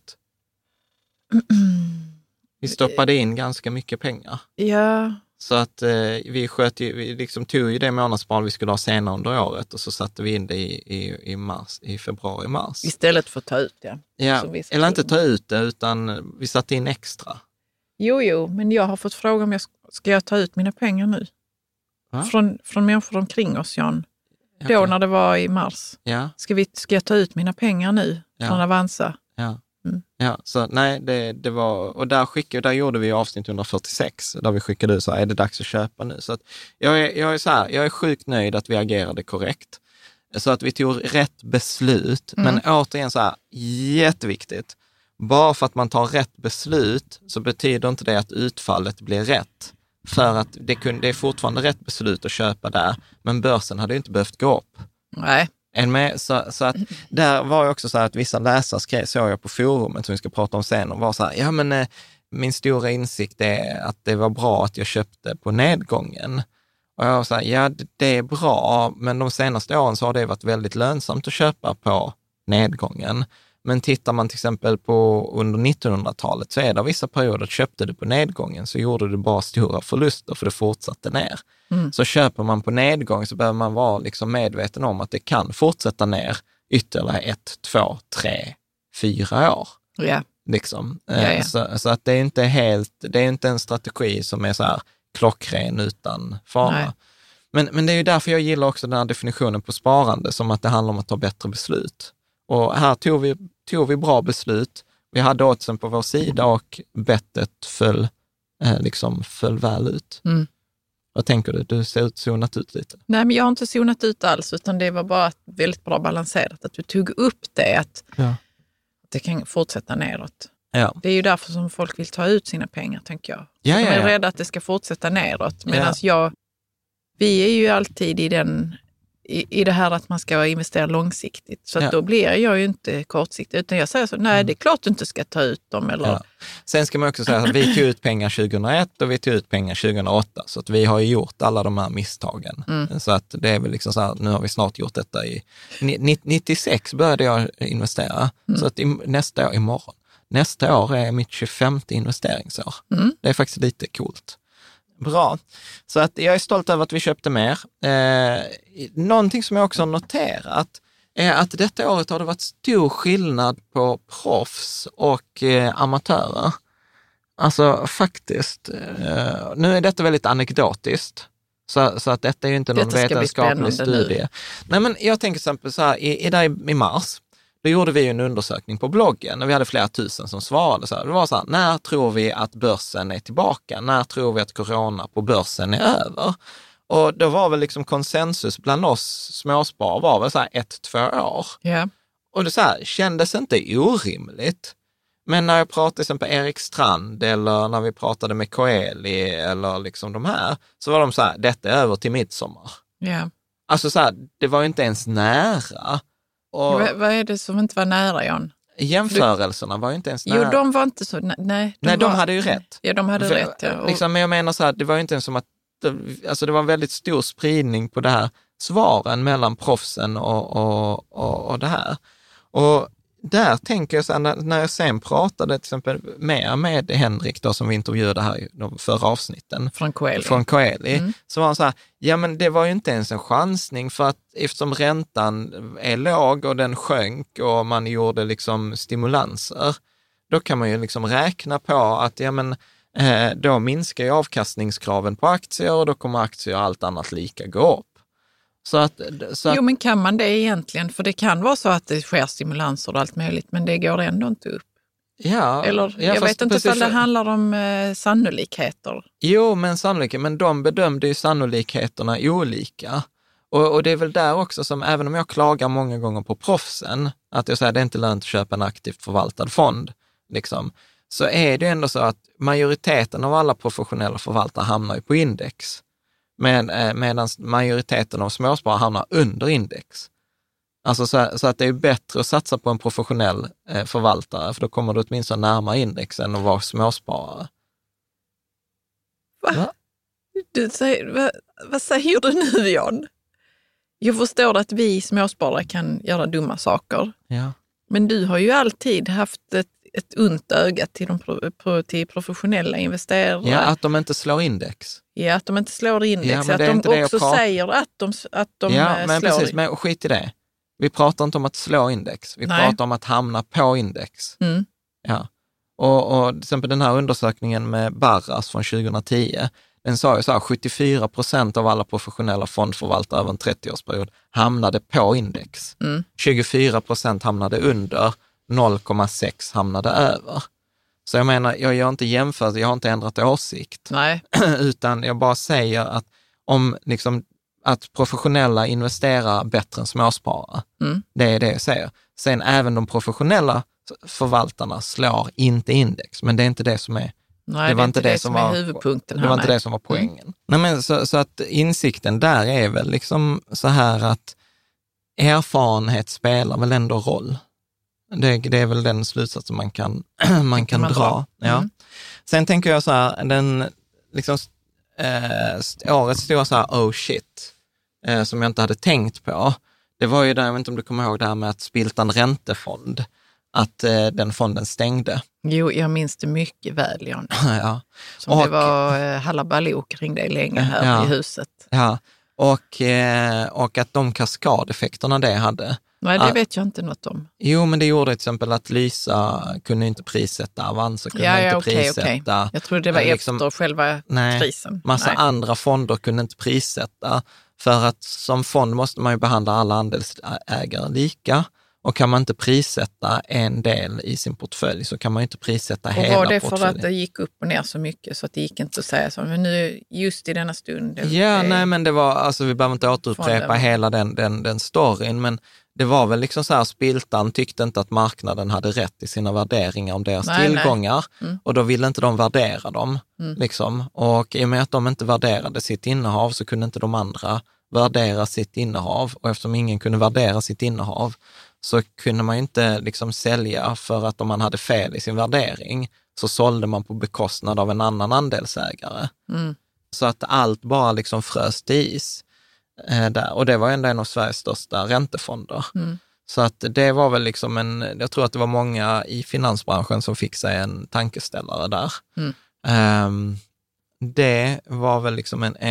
D: Vi stoppade in ganska mycket pengar.
E: Ja.
D: Så att eh, vi sköt ju, vi liksom tog ju det månadsspar vi skulle ha senare under året och så satte vi in det i, i, i, mars, i februari-mars.
E: Istället för att ta ut det.
D: Ja, eller inte ta ut det utan vi satte in extra.
E: Jo, jo, men jag har fått fråga om jag ska jag ta ut mina pengar nu. Från, från människor omkring oss, Jan. Okay. Då när det var i mars.
D: Ja.
E: Ska, vi, ska jag ta ut mina pengar nu
D: ja.
E: från Avanza?
D: Ja.
E: Mm.
D: Ja, så nej, det, det var, och där, skickade, där gjorde vi avsnitt hundrafyrtiosex, där vi skickade ut så här, är det dags att köpa nu? Så att jag är, jag är så här, jag är sjukt nöjd att vi agerade korrekt. Så att vi tog rätt beslut, mm. men återigen så här, jätteviktigt. Bara för att man tar rätt beslut så betyder inte det att utfallet blir rätt. För att det, kunde, det är fortfarande rätt beslut att köpa där, men börsen hade ju inte behövt gå upp.
E: Nej.
D: En med, så, så att där var ju också så här att vissa läsare skrev, såg jag på forumet som vi ska prata om sen, och var så här, ja men eh, min stora insikt är att det var bra att jag köpte på nedgången. Och jag var så här, ja det, det är bra, men de senaste åren så har det varit väldigt lönsamt att köpa på nedgången. Men tittar man till exempel på under nittonhundratalet så är det vissa perioder att köpte du på nedgången så gjorde du bara stora förluster för det fortsatte ner. Mm. Så köper man på nedgång så behöver man vara liksom medveten om att det kan fortsätta ner ytterligare ett, två, tre, fyra år.
E: Ja.
D: Liksom.
E: Ja, ja.
D: Så, så att det är inte helt, det är inte en strategi som är så här klockren utan fara. Men, men det är ju därför jag gillar också den här definitionen på sparande som att det handlar om att ta bättre beslut. Och här tog vi, tog vi bra beslut. Vi hade oddsen på vår sida och bettet föll, eh, liksom föll väl ut. Mm. Vad tänker du? Du ser ut zonat ut lite.
E: Nej, men jag har inte zonat ut alls, utan det var bara väldigt bra balanserat. Att du tog upp det, att,
D: ja.
E: att det kan fortsätta neråt.
D: Ja.
E: Det är ju därför som folk vill ta ut sina pengar, tänker jag.
D: Ja,
E: De
D: ja,
E: är
D: ja.
E: rädda att det ska fortsätta neråt. Medan
D: ja.
E: jag, vi är ju alltid i den... I, i det här att man ska investera långsiktigt. Så att
D: ja.
E: då blir jag ju inte kortsiktig. Utan jag säger så, nej det är klart du inte ska ta ut dem. Eller...
D: Ja. Sen ska man också säga att vi tog ut pengar tjugohundraett och vi tog ut pengar tjugohundraåtta. Så att vi har ju gjort alla de här misstagen. Mm. Så att det är väl liksom så här, nu har vi snart gjort detta i... nittiosex började jag investera. Mm. Så att i, nästa år, imorgon, nästa år är mitt tjugofemte investeringsår. Mm. Det är faktiskt lite coolt. Bra. Så att jag är stolt över att vi köpte mer. Eh, någonting som jag också har noterat, är att detta året har det varit stor skillnad på proffs och eh, amatörer. Alltså faktiskt, eh, nu är detta väldigt anekdotiskt. Så, så att detta är ju inte någon vetenskaplig studie. Nu. Nej, men jag tänker till exempel så här, i, i, där i mars, då gjorde vi en undersökning på bloggen och vi hade flera tusen som svarade. Så här, det var så här, när tror vi att börsen är tillbaka? När tror vi att corona på börsen är över? Och då var väl liksom konsensus bland oss småspar var väl så här ett, två år.
E: Yeah.
D: Och det så här, kändes inte orimligt. Men när jag pratade till exempel Erik Strand eller när vi pratade med Coeli eller liksom de här, så var de så här, detta är över till midsommar.
E: Yeah.
D: Alltså så här, det var ju inte ens nära. Och
E: vad, vad är det som inte var nära, Jan?
D: Jämförelserna du... var ju inte ens nära.
E: Jo, de var inte så, nej. De
D: nej,
E: var...
D: de hade ju rätt.
E: Ja, de hade För, rätt, ja. Och...
D: liksom, men jag menar så här, det var ju inte ens som att, det, alltså det var en väldigt stor spridning på det här svaren mellan proffsen och, och, och, och det här. Och där tänker jag så här, när, när jag sen pratade till exempel mer med Henrik då, som vi intervjuade här i de förra avsnitten.
E: Från Coeli.
D: Från Coeli. Mm. Så var han så här, ja men det var ju inte ens en chansning för att eftersom räntan är låg och den sjönk och man gjorde liksom stimulanser, då kan man ju liksom räkna på att ja men eh, då minskar ju avkastningskraven på aktier och då kommer aktier och allt annat lika gå upp. Så att, så att,
E: jo, men kan man det egentligen? För det kan vara så att det sker stimulanser och allt möjligt, men det går ändå inte upp.
D: Ja.
E: Eller,
D: ja,
E: jag vet inte om det handlar om eh, sannolikheter.
D: Jo, men sannolikhet, men de bedömde ju sannolikheterna olika. Och, och det är väl där också som, även om jag klagar många gånger på proffsen, att jag säger att det är inte lönt att köpa en aktivt förvaltad fond, liksom, så är det ändå så att majoriteten av alla professionella förvaltare hamnar ju på index. Med, medan majoriteten av småsparare hamnar under index. Alltså så, så att det är bättre att satsa på en professionell eh, förvaltare, för då kommer du åtminstone närmare index än att vara småsparare.
E: Va? Va? Du säger, va, vad säger du nu, Jan? Jag förstår att vi småsparare kan göra dumma saker.
D: Ja.
E: Men du har ju alltid haft ett, ett ont öga till, de pro, pro, till professionella investerare.
D: Ja, att de inte slår index.
E: Ja, att de inte slår index.
D: Ja,
E: att de också säger att de, att de
D: ja,
E: slår.
D: Men precis, men skit i det. Vi pratar inte om att slå index. Vi
E: Nej.
D: pratar om att hamna på index.
E: Mm.
D: Ja. Och, och till exempel den här undersökningen med Barras från tjugohundratio, den sa ju så här, sjuttiofyra procent av alla professionella fondförvaltare över en trettioårsperiod hamnade på index.
E: Mm.
D: tjugofyra procent hamnade under, noll komma sex hamnade över. Så jag menar, jag gör inte jämförelse, jag har inte ändrat åsikt.
E: Nej.
D: Utan jag bara säger att om liksom att professionella investerar bättre än småsparare.
E: Mm.
D: Det är det jag säger. Sen även de professionella förvaltarna slår inte index, men det är inte det som är
E: Nej,
D: det var
E: det
D: inte det, det som var
E: huvudpunkten.
D: Det var inte det som var poängen. Mm. Nej, men så, så att insikten där är väl liksom så här att erfarenhet spelar väl ändå roll. Det, det är väl den slutsats som man kan, man kan, kan man dra. dra. Ja. Mm. Sen tänker jag så här, den liksom eh, årets stora så här oh shit eh, som jag inte hade tänkt på. Det var ju där, jag vet inte om du kommer ihåg det här med att Spiltan räntefond, att eh, den fonden stängde.
E: Jo, jag minns det mycket väl, Jan.
D: Ja.
E: Som och, det var eh, halabaloo kring det länge här
D: ja,
E: i huset.
D: Ja, och, eh, och att de kaskadeffekterna det hade.
E: Nej, det att, vet jag inte något om.
D: Jo, men det gjorde till exempel att Lysa kunde inte prissätta, Avanza kunde
E: ja, ja,
D: inte
E: okay,
D: prissätta.
E: Okay. Jag tror det var eh, liksom, efter själva
D: nej,
E: krisen.
D: Massa nej. andra fonder kunde inte prissätta. För att som fond måste man ju behandla alla andelsägare lika. Och kan man inte prissätta en del i sin portfölj så kan man inte prissätta och hela portföljen. Och var det
E: portföljen. För att det gick upp och ner så mycket så att det gick inte att säga så, men nu just i denna stund.
D: Det, ja, det, nej men det var, alltså vi behöver inte återupprepa hela den, den, den storyn, men det var väl liksom så här, Spiltan tyckte inte att marknaden hade rätt i sina värderingar om deras nej, tillgångar nej. Mm. Och då ville inte de värdera dem. Mm. Liksom. Och i och med att de inte värderade sitt innehav så kunde inte de andra värdera sitt innehav, och eftersom ingen kunde värdera sitt innehav så kunde man ju inte liksom sälja, för att om man hade fel i sin värdering så sålde man på bekostnad av en annan andelsägare. Mm. Så att allt bara liksom frös till is eh, där. Och det var ändå en av Sveriges största räntefonder. Mm. Så att det var väl liksom en, jag tror att det var många i finansbranschen som fick sig en tankeställare där. Mm. Um, det var väl liksom en, en,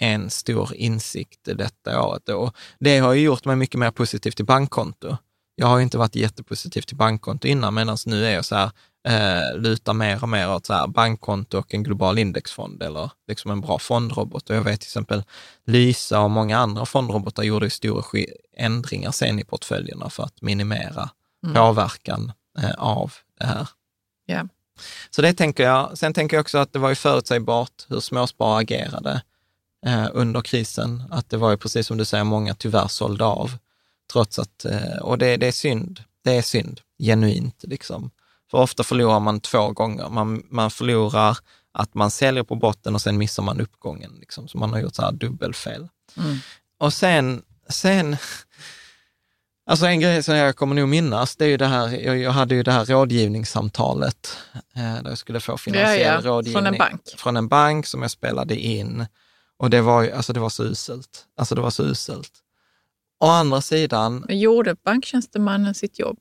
D: en stor insikt detta året. Och det har ju gjort mig mycket mer positiv till bankkonto. Jag har ju inte varit jättepositiv till bankkonto innan, medan nu är jag så här, eh, lutar mer och mer åt så här bankkonto och en global indexfond eller liksom en bra fondrobot. Och jag vet till exempel Lysa och många andra fondrobotar gjorde ju stora ändringar sen i portföljerna för att minimera mm. påverkan eh, av det här.
E: Yeah.
D: Så det tänker jag. Sen tänker jag också att det var ju förutsägbart hur småsparare agerade eh, under krisen. Att det var ju precis som du säger, många tyvärr sålde av. Trots att, eh, och det, det är synd. Det är synd, genuint liksom. För ofta förlorar man två gånger. Man, man förlorar att man säljer på botten och sen missar man uppgången. Liksom. Så man har gjort så här dubbelfel. Mm. Och sen, sen alltså en grej som jag kommer nog minnas, det är ju det här, jag, jag hade ju det här rådgivningssamtalet eh, där jag skulle få finansiell ja, ja. rådgivning.
E: Från en bank.
D: Från en bank som jag spelade in. Och det var ju, alltså det var så uselt. Alltså det var så uselt. Å andra sidan...
E: Men gjorde banktjänstemannen sitt jobb?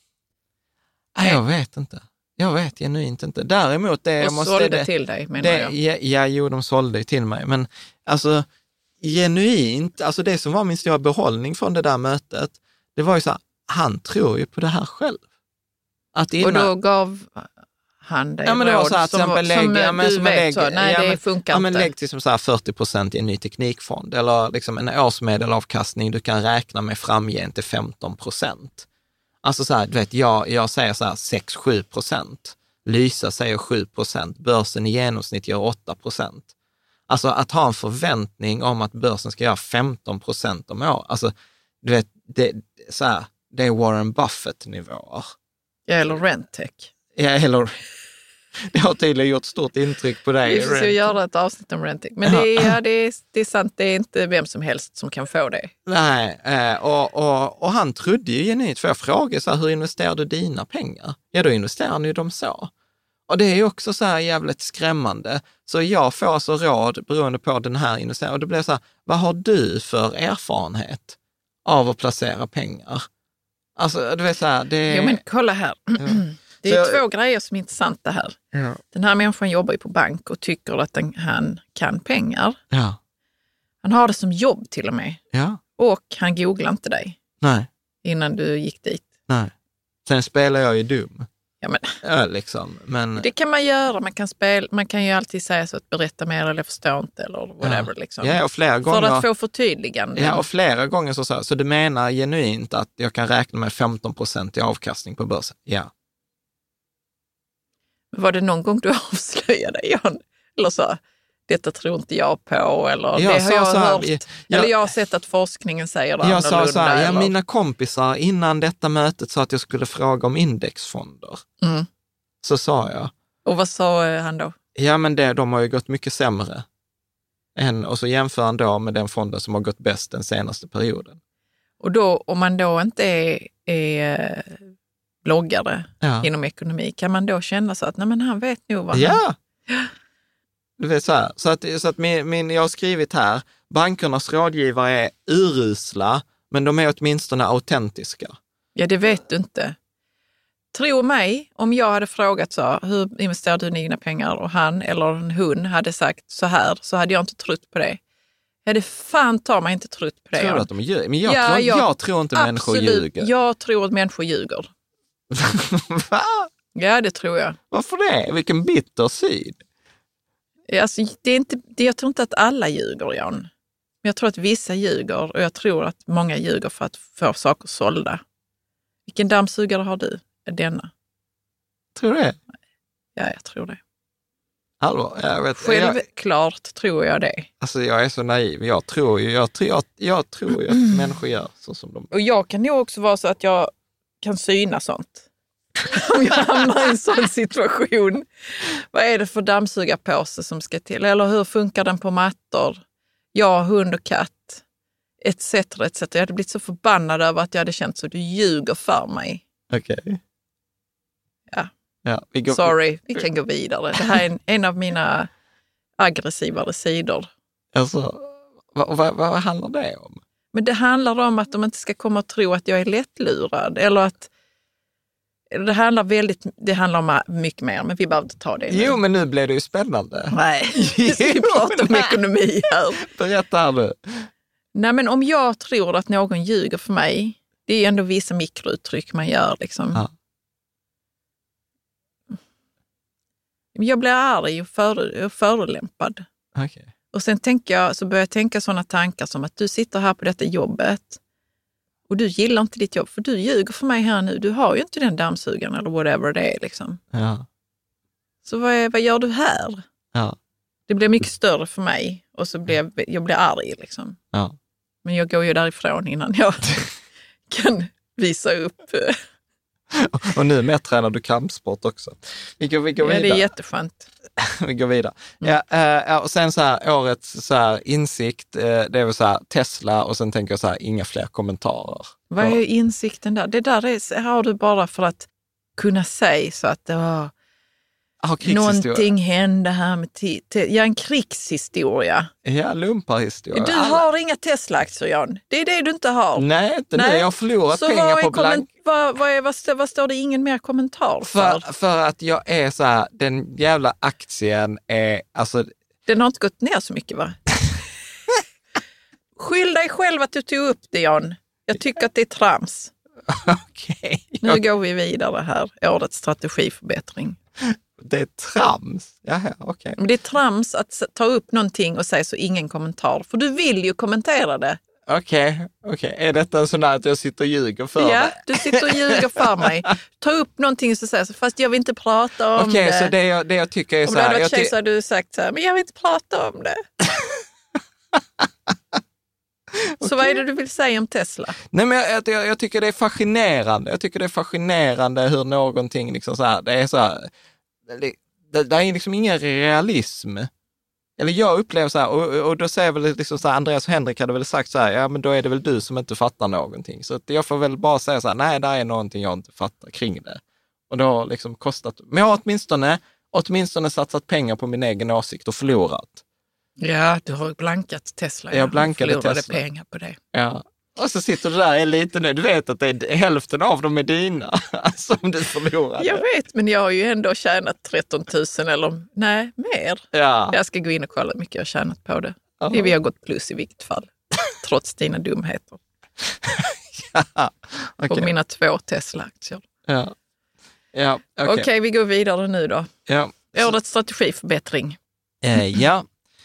D: Nej, jag vet inte. Jag vet genuint inte. Däremot det...
E: Och
D: måste,
E: sålde
D: det,
E: till dig, menar
D: det,
E: jag.
D: Ja, ja, jo, de sålde till mig. Men alltså, genuint, alltså det som var min stora behållning från det där mötet, det var ju så här, han tror ju på det här själv. Att innan,
E: och då gav han dig
D: ja, men det var
E: råd
D: så här,
E: som,
D: exempel,
E: som
D: lägg, ja, men,
E: du
D: som
E: vet
D: lägg,
E: så, nej
D: ja,
E: det
D: men,
E: funkar
D: ja, men
E: inte.
D: lägg till som så här fyrtio procent i en ny teknikfond eller liksom en årsmedelavkastning du kan räkna med framgent till femton procent. Alltså så här, du vet, jag, jag säger så här sex till sju procent. Lysa säger sju procent. Börsen i genomsnitt gör åtta procent. Alltså att ha en förväntning om att börsen ska göra femton procent om år. Alltså, du vet, det, så här, det är Warren Buffett-nivåer.
E: Ja, eller Rentec.
D: Ja, eller... Det har tydligen gjort stort intryck på dig.
E: Vi ska göra ett avsnitt om Rentec. Men det är, ja, det, är, det är sant, det är inte vem som helst som kan få det.
D: Nej, och, och, och han trodde ju genuint, för jag frågade så här, hur investerar du dina pengar? Ja, då investerar han ju dem så. Och det är ju också så här jävligt skrämmande. Så jag får alltså råd beroende på den här investeringen. Och det blir så här, vad har du för erfarenhet av att placera pengar? Alltså, du vet så här, det...
E: Jo, men kolla här. Ja. Det är jag, två grejer som är intressanta här. Ja. Den här människan jobbar ju på bank och tycker att den, han kan pengar.
D: Ja. Han
E: har det som jobb till och med.
D: Ja.
E: Och han googlar inte dig.
D: Nej.
E: Innan du gick dit.
D: Nej. Sen spelar jag ju dum.
E: Ja, men.
D: Ja, liksom. Men...
E: Det kan man göra. Man kan, spela, man kan ju alltid säga så att berätta mer eller förstå inte eller whatever.
D: Ja.
E: Liksom.
D: Ja, och flera gånger...
E: För att få förtydligande.
D: Ja, och flera gånger så så. Så du menar genuint att jag kan räkna med femton procent i avkastning på börsen? Ja.
E: Var det någon gång du avslöjade, Jan? Eller så, detta tror inte jag på, eller
D: jag
E: det har jag
D: här,
E: hört. Jag, eller jag har sett att forskningen säger det.
D: Jag sa så här, ja,
E: eller...
D: mina kompisar innan detta mötet sa att jag skulle fråga om indexfonder.
E: Mm.
D: Så sa jag.
E: Och vad sa han då?
D: Ja, men det, de har ju gått mycket sämre. Än, och så jämför han då med den fonden som har gått bäst den senaste perioden.
E: Och då, om man då inte är... är bloggare
D: ja.
E: inom ekonomi, kan man då känna så att nej, men han vet nog vad han...
D: Ja! Du vet så här, så att, så att min, min, jag har skrivit här, bankernas rådgivare är urusla, men de är åtminstone autentiska.
E: Ja, det vet du inte. Tro mig, om jag hade frågat så, hur investerar du dina pengar? Och han eller en hund hade sagt så här, så hade jag inte trott på det. Jag hade fan tar mig inte trott på det.
D: Tror du att de ljuger? Men jag,
E: ja,
D: tror,
E: jag,
D: jag tror inte
E: absolut,
D: människor ljuger.
E: Jag tror att människor ljuger.
D: Va?
E: Ja, det tror jag.
D: Varför det? Vilken bitter syn.
E: Alltså, det är inte, det, jag tror inte att alla ljuger, Jan. Men jag tror att vissa ljuger och jag tror att många ljuger för att få saker sålda. Vilken dammsugare har du? Är denna?
D: Tror du det?
E: Ja, jag tror det.
D: Allvar, jag vet,
E: Självklart jag, tror jag det.
D: Alltså jag är så naiv. Jag tror ju, jag, jag, jag tror ju att mm. människor gör så som de...
E: Och jag kan nog också vara så att jag kan syna sånt. Om jag hamnar i en sån situation. Vad är det för dammsugarpåse som ska till? Eller hur funkar den på mattor? Jag, hund och katt. Etc, et cetera. Jag hade blivit så förbannad över att jag hade känt så att du ljuger för mig.
D: Okej. Okay.
E: Ja.
D: Ja, vi går...
E: Sorry, vi kan gå vidare. Det här är en, en av mina aggressivare sidor.
D: Alltså, vad, vad, vad handlar det om?
E: Men det handlar om att de inte ska komma och tro att jag är lättlurad. Eller att, Det handlar väldigt, det handlar om mycket mer, men vi behöver inte ta det nu.
D: Jo, men nu blev det ju spännande.
E: Nej, vi ska ju prata om ekonomi här.
D: Berätta här nu.
E: Nej, men om jag tror att någon ljuger för mig, det är ändå vissa mikrouttryck man gör liksom.
D: Ja.
E: Jag blir arg och, för, och förolämpad.
D: Okay.
E: Och sen tänker jag, så börjar jag tänka sådana tankar som att du sitter här på detta jobbet och du gillar inte ditt jobb för du ljuger för mig här nu. Du har ju inte den dammsugaren eller whatever det är liksom.
D: Ja.
E: Så vad, är, vad gör du här?
D: Ja.
E: Det blir mycket större för mig och så blir jag, jag blir arg liksom.
D: Ja.
E: Men jag går ju därifrån innan jag kan visa upp.
D: Och nu med tränar du kampsport också. Vi går, vi går
E: ja,
D: vidare.
E: det är jätteskönt.
D: Vi går vidare. Mm. Ja, äh, och sen så här, årets så här, insikt, äh, det är väl så här Tesla och sen tänker jag så här, inga fler kommentarer.
E: Vad är insikten där? Det där är, har du bara för att kunna säga så att åh,
D: ah,
E: någonting hände här med t- t- ja, en krigshistoria.
D: Ja, lumparhistoria.
E: Du har inga Tesla-aktier, Jan. Det är det du inte har.
D: Nej, inte Nej. nu. Jag har förlorat
E: så
D: pengar på
E: komment-
D: blank.
E: Vad, vad, är, vad, står, vad står det ingen mer kommentar för?
D: För, för att jag är så här, den jävla aktien är, alltså...
E: Den har inte gått ner så mycket, va? Skyll dig själv att du tog upp det, Jan. Jag tycker att det är trams.
D: Okej. Okay.
E: Nu går vi vidare här. Årets strategiförbättring.
D: Det är trams? Jaha, okej.
E: Okay. Det är trams att ta upp någonting och säga så ingen kommentar. För du vill ju kommentera det.
D: Okej, okay, okej. Okay. Är detta en sån där att jag sitter och ljuger för
E: ja,
D: dig?
E: Ja, du sitter och ljuger för mig. Ta upp någonting och säga så, fast jag vill inte prata om
D: okay,
E: det.
D: Okej, så det jag, det jag tycker är
E: om
D: så här...
E: Om det hade varit tjej
D: ty-
E: så hade du sagt så här, men jag vill inte prata om det. Så okay. Vad är det du vill säga om Tesla?
D: Nej, men jag, jag, jag tycker det är fascinerande. Jag tycker det är fascinerande hur någonting liksom så här, det är så här... Det, det, det är liksom ingen realism. Eller jag upplever så här, och, och då säger väl liksom så här, Andreas och Henrik hade väl sagt så här, ja men då är det väl du som inte fattar någonting. Så att jag får väl bara säga så här, nej, det är någonting jag inte fattar kring det. Och det har liksom kostat, men jag har åtminstone, åtminstone satsat pengar på min egen åsikt och förlorat.
E: Ja, du har blankat Tesla.
D: Jag blankade
E: förlorade
D: Tesla.
E: pengar på det.
D: Ja. Och så sitter du där är lite nu. Du vet att det är hälften av dem är dina som du förlorade.
E: Jag vet, men jag har ju ändå tjänat tretton tusen eller nej, mer.
D: Ja.
E: Jag ska gå in och kolla hur mycket jag har tjänat på det.
D: Aha.
E: Vi har gått plus i vilket fall. Trots dina dumheter.
D: Ja. Okay.
E: Och mina två Tesla-aktier.
D: Ja. Ja, okej.
E: Okay. okay, vi går vidare nu då.
D: Ja.
E: Årets strategiförbättring.
D: Eh, ja.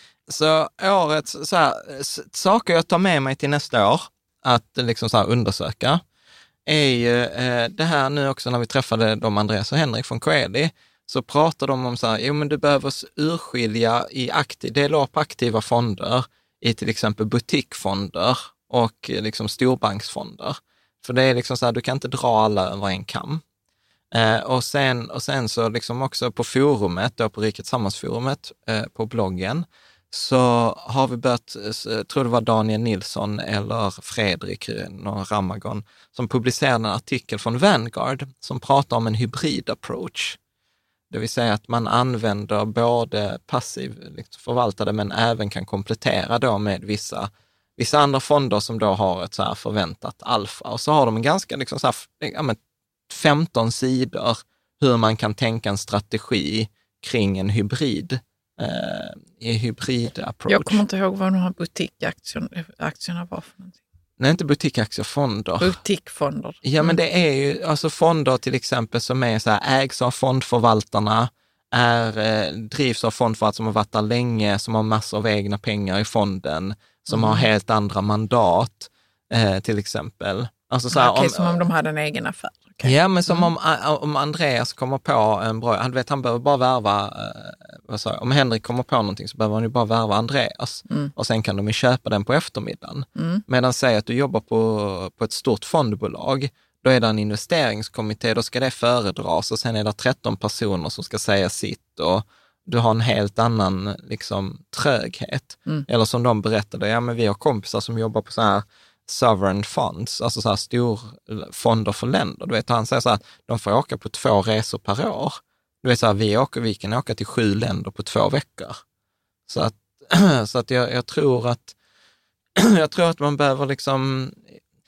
D: Så årets så här, saker jag tar med mig till nästa år att liksom så här undersöka är ju eh, det här nu också när vi träffade de Andreas och Henrik från Coeli så pratar de om så här, jo men du behöver urskilja i aktiv, dela upp aktiva fonder i till exempel butikfonder och liksom storbanksfonder. För det är liksom så här, du kan inte dra alla över en kam. Eh, och, sen, och sen så liksom också på forumet, då på Rikets Samhällsforumet eh, på bloggen, så har vi börjat, jag tror det var Daniel Nilsson eller Fredrik Ramagon som publicerade en artikel från Vanguard som pratar om en hybrid approach. Det vill säga att man använder både passiv liksom förvaltade men även kan komplettera då med vissa, vissa andra fonder som då har ett så här förväntat alfa. Och så har de en ganska liksom så här, ja, men femton sidor hur man kan tänka en strategi kring en hybrid Uh, i hybrid approach.
E: Jag kommer inte ihåg vad de här butikaktierna var för någonting.
D: Nej, inte butikaktier, fonder.
E: Butikfonder.
D: Ja, mm. Men det är ju alltså fonder till exempel som är så här, ägs av fondförvaltarna, är, eh, drivs av fondförvaltare som har varit där länge, som har massor av egna pengar i fonden, som mm. har helt andra mandat, eh, till exempel. Alltså, så här,
E: Okej,
D: om,
E: som om de hade en egen affär. Okay.
D: Ja, men som
E: mm.
D: om, om Andreas kommer på en bra, han vet han behöver bara värva, eh, vad sa jag, om Henrik kommer på någonting så behöver han ju bara värva Andreas mm. och sen kan de ju köpa den på eftermiddagen. Mm. Medan säg att du jobbar på, på ett stort fondbolag, då är det en investeringskommitté, då ska det föredras och sen är det tretton personer som ska säga sitt och du har en helt annan liksom tröghet. Mm. Eller som de berättade, ja men vi har kompisar som jobbar på så här sovereign funds, alltså så här stor fonder för länder. Du vet, han säger så här, de får åka på två resor per år. Du vet så här, vi åker, vi kan åka till sju länder på två veckor. Så att, så att jag, jag tror att jag tror att man behöver liksom,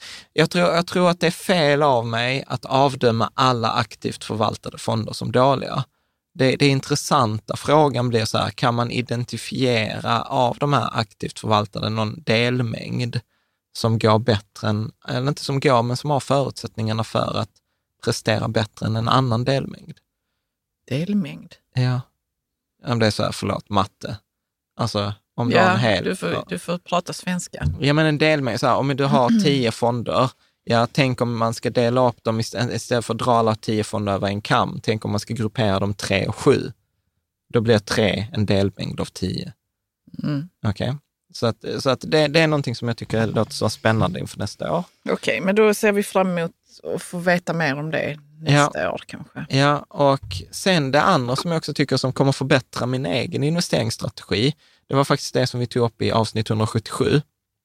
D: Jag tror, jag tror att det är fel av mig att avdöma alla aktivt förvaltade fonder som dåliga. Det, det intressanta frågan blir så här, kan man identifiera av de här aktivt förvaltade någon delmängd som går bättre än, eller inte som går, men som har förutsättningarna för att prestera bättre än en annan delmängd?
E: Delmängd?
D: Ja. Om det är så här, förlåt, matte. Alltså, om du
E: ja,
D: har en hel...
E: du får, du får prata svenska.
D: Ja, men en delmängd, så här, om du har tio fonder, ja, tänk om man ska dela upp dem istället för att dra alla tio fonder över en kam. Tänk om man ska gruppera dem tre och sju. Då blir tre en delmängd av tio.
E: Mm.
D: Okej. Okay. Så att, så att det, det är någonting som jag tycker låter så spännande inför nästa år.
E: Okej, okay, men då ser vi fram emot att få veta mer om det nästa ja. år kanske.
D: Ja, och sen det andra som jag också tycker som kommer förbättra min egen investeringsstrategi, det var faktiskt det som vi tog upp i avsnitt hundrasjuttiosju.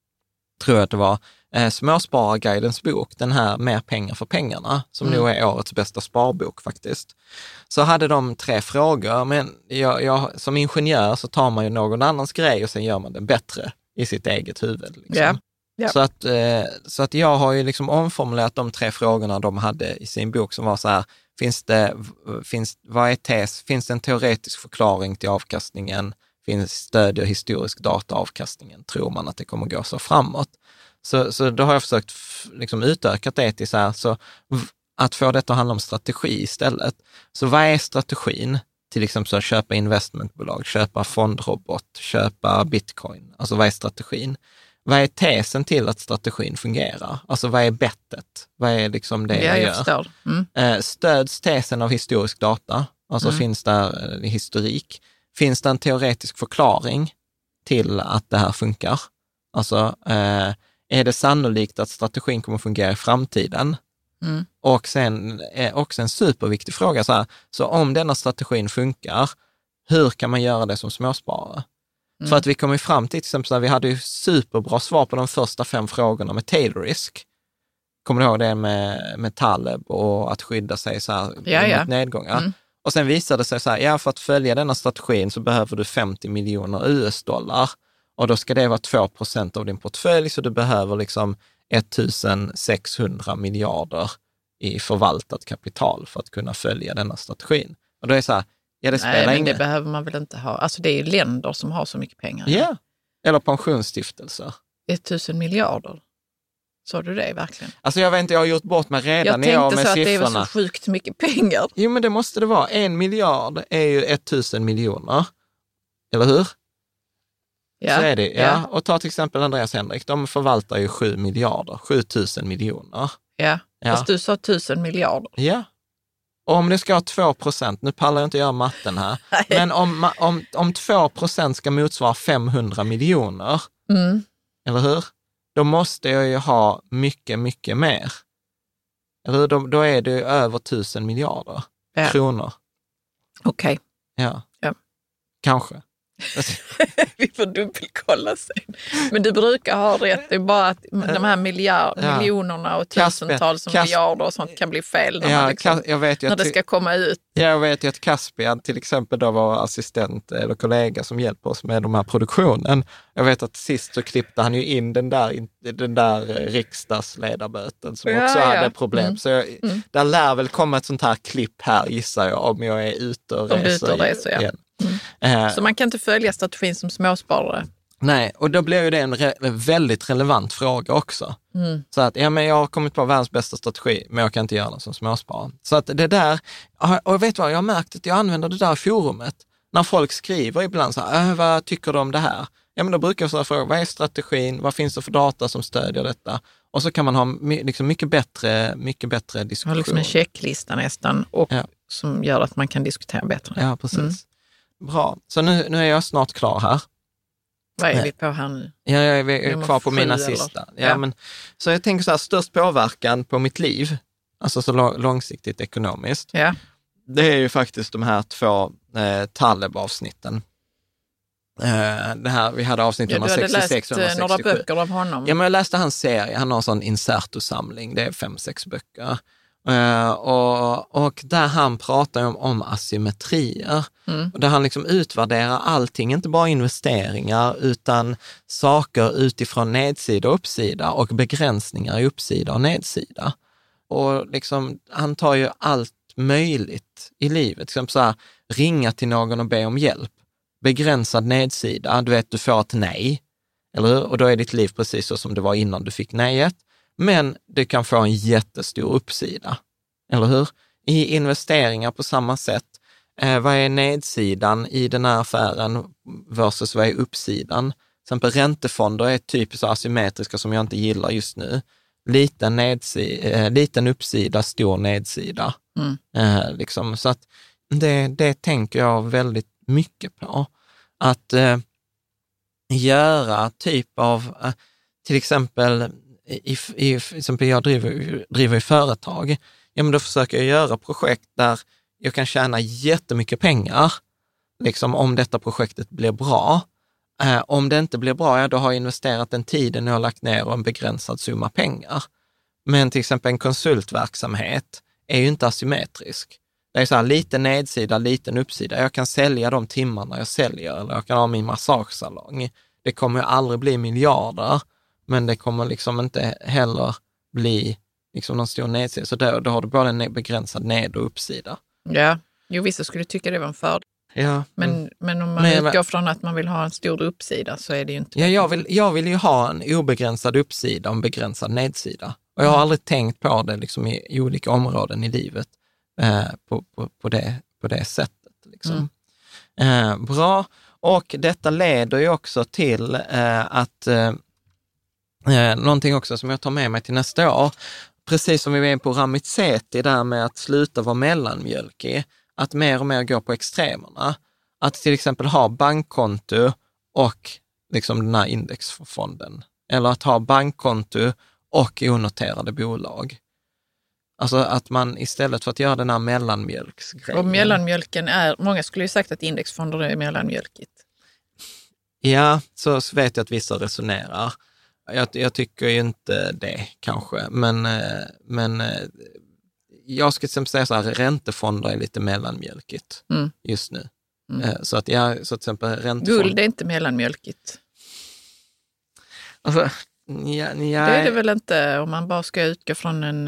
D: Tror jag att det var. Eh, Småspararguidens bok, den här Mer pengar för pengarna, som mm. nog är årets bästa sparbok faktiskt. Så hade de tre frågor, men jag, jag, som ingenjör så tar man ju någon annans grej och sen gör man den bättre i sitt eget huvud. Liksom.
E: Yeah. Yeah.
D: Så, att, eh, så att jag har ju liksom omformulerat de tre frågorna de hade i sin bok som var så här, finns det, finns, vad är tes, finns det en teoretisk förklaring till avkastningen? Finns stödjer historisk data avkastningen? Tror man att det kommer gå så framåt? Så, så då har jag försökt liksom utöka det till så här, så att få detta att handla om strategi istället. Så vad är strategin? Till exempel så att köpa investmentbolag, köpa fondrobot, köpa bitcoin. Alltså vad är strategin? Vad är tesen till att strategin fungerar? Alltså vad är bettet? Vad är liksom det
E: ja,
D: jag gör?
E: Mm.
D: Eh, stöds tesen av historisk data? Alltså mm. finns där eh, historik? Finns det en teoretisk förklaring till att det här funkar? Alltså eh, är det sannolikt att strategin kommer fungera i framtiden?
E: Mm.
D: Och sen är också en superviktig fråga så här, så om denna strategin funkar, hur kan man göra det som småsparare? Mm. För att vi kom fram till, till exempel, så här, vi hade ju superbra svar på de första fem frågorna med tail risk. Kommer du ihåg det med, med Taleb och att skydda sig så här
E: ja,
D: mot
E: ja.
D: nedgångar?
E: Mm.
D: Och sen visade det sig så här, ja, för att följa denna strategin så behöver du femtio miljoner U S-dollar. Och då ska det vara två procent av din portfölj, så du behöver liksom sextonhundra miljarder i förvaltat kapital för att kunna följa denna strategin. Och då är det så här, ja, det spelar
E: Nej, men
D: ingen...
E: det behöver man väl inte ha. Alltså det är ju länder som har så mycket pengar.
D: Ja, yeah. Eller pensionsstiftelser.
E: tusen miljarder. Sa du det verkligen?
D: Alltså jag vet inte, jag har gjort bort mig redan.
E: Jag tänkte
D: med
E: så att
D: siffrorna.
E: det var så sjukt mycket pengar.
D: Jo, men det måste det vara. En miljard är ju tusen miljoner. Eller hur?
E: Ja.
D: Så är det, ja.
E: ja.
D: Och ta till exempel Andreas Henrik, de förvaltar ju sju miljarder, sjutusen miljoner.
E: Ja,
D: ja.
E: Fast du sa tusen miljarder.
D: Ja. Och om det ska ha två procent, nu pallar jag inte göra matten här, men om, om, om två procent ska motsvara femhundra miljoner,
E: mm.
D: eller hur? Då måste jag ju ha mycket, mycket mer. Eller hur? Då, då är det ju över tusen miljarder
E: ja.
D: kronor.
E: Okej. Okay.
D: Ja.
E: ja.
D: Kanske.
E: Vi får dubbelkolla sen. Men du brukar ha rätt. Det är bara att de här miljard, ja. miljonerna och tusentals Kasper, miljarder och sånt kan bli fel när,
D: ja,
E: man liksom,
D: jag vet
E: när det ska komma ut.
D: Jag vet ju att Caspian till exempel då var assistent eller kollega som hjälper oss med de här produktionen. Jag vet att sist så klippte han ju in den där, den där riksdagsledamöten som
E: ja,
D: också
E: ja.
D: hade problem.
E: Mm.
D: Så jag,
E: mm.
D: där lär väl komma ett sånt här klipp här, gissar jag, om jag är ute och reser,
E: ute och reser igen. Mm.
D: Eh,
E: så man kan inte följa strategin som småsparare?
D: Nej, och då blir ju det en re- väldigt relevant fråga också.
E: Mm.
D: Så att, ja, men jag har kommit på världens bästa strategi, men jag kan inte göra den som småsparare. Så att det där, och vet vad, jag har märkt att jag använder det där forumet. När folk skriver ibland så här, äh, vad tycker du om det här? Ja, men då brukar jag så fråga, vad är strategin? Vad finns det för data som stödjer detta? Och så kan man ha liksom mycket bättre, mycket bättre diskussion.
E: Har liksom en checklista nästan, och
D: ja.
E: som gör att man kan diskutera bättre.
D: Ja, precis.
E: Mm.
D: Bra. Så nu, nu är jag snart klar här.
E: Vad är vi på här nu?
D: Ja, jag är, jag är kvar på mina
E: eller?
D: sista. Ja,
E: ja.
D: Men, så jag tänker så här, störst påverkan på mitt liv, alltså så långsiktigt ekonomiskt,
E: ja.
D: det är ju faktiskt de här två eh, Taleb-avsnitten. Eh, det här, vi hade avsnitt
E: ja,
D: hundrasextiosex
E: du hade läst några böcker av honom.
D: Ja, men jag läste hans serie. Han har en sån Inserto-samling. Det är fem, sex böcker. Uh, och, och där han pratar om, om asymmetrier. Mm. Och där han liksom utvärderar allting, inte bara investeringar utan saker utifrån nedsida och uppsida och begränsningar i uppsida och nedsida. Och liksom, han tar ju allt möjligt i livet. Liksom så här, ringa till någon och be om hjälp. Begränsad nedsida, du vet, du får ett nej. Eller hur? Och då är ditt liv precis så som det var innan du fick nejet. Men du kan få en jättestor uppsida. Eller hur? I investeringar på samma sätt. Eh, vad är nedsidan i den här affären versus vad är uppsidan? Till exempel räntefonder är typiskt asymmetriska som jag inte gillar just nu. Liten, nedsida, eh, liten uppsida, stor nedsida. Mm. Eh, liksom. Så att det, det tänker jag väldigt mycket på. Att eh, göra typ av, eh, till exempel, i, i, exempel jag driver, driver i företag, ja men då försöker jag göra projekt där jag kan tjäna jättemycket pengar, liksom om detta projektet blir bra. Eh, om det inte blir bra, ja, då har jag investerat den tiden jag har lagt ner och en begränsad summa pengar. Men till exempel en konsultverksamhet är ju inte asymmetrisk. Det är så här, liten nedsida, liten uppsida. Jag kan sälja de timmarna jag säljer, eller jag kan ha min massagesalong. Det kommer ju aldrig bli miljarder, men det kommer liksom inte heller bli liksom någon stor nedsida. Så då, då har du bara en begränsad ned- och uppsida.
E: Ja, jo, vissa skulle tycka det var en fördel.
D: Ja.
E: Men, men om man men, utgår från att man vill ha en stor uppsida så är det ju inte...
D: Ja, jag vill, jag vill ju ha en obegränsad uppsida och en begränsad nedsida. Och jag har mm. aldrig tänkt på det liksom i, i olika områden i livet eh, på, på, på, det, på det sättet. Liksom. Mm. Eh, bra. Och detta leder ju också till eh, att eh, någonting också som jag tar med mig till nästa år, precis som vi var in på Ramitseti, där med att sluta vara mellanmjölkig, att mer och mer gå på extremerna. Att till exempel ha bankkonto och liksom den här indexfonden. Eller att ha bankkonto och onoterade bolag. Alltså att man istället för att göra den här mellanmjölksgrejen.
E: Och mellanmjölken är, många skulle ju sagt att indexfonder är mellanmjölkigt.
D: Ja, så vet jag att vissa resonerar. Jag, jag tycker ju inte det kanske, men, men jag skulle säga så här, räntefonder är lite mellanmjölkigt mm. just nu. Mm. Så att jag, så till exempel räntefonder...
E: Guld är inte mellanmjölkigt.
D: Alltså, ja, ja,
E: det är det väl inte om man bara ska utgå från en...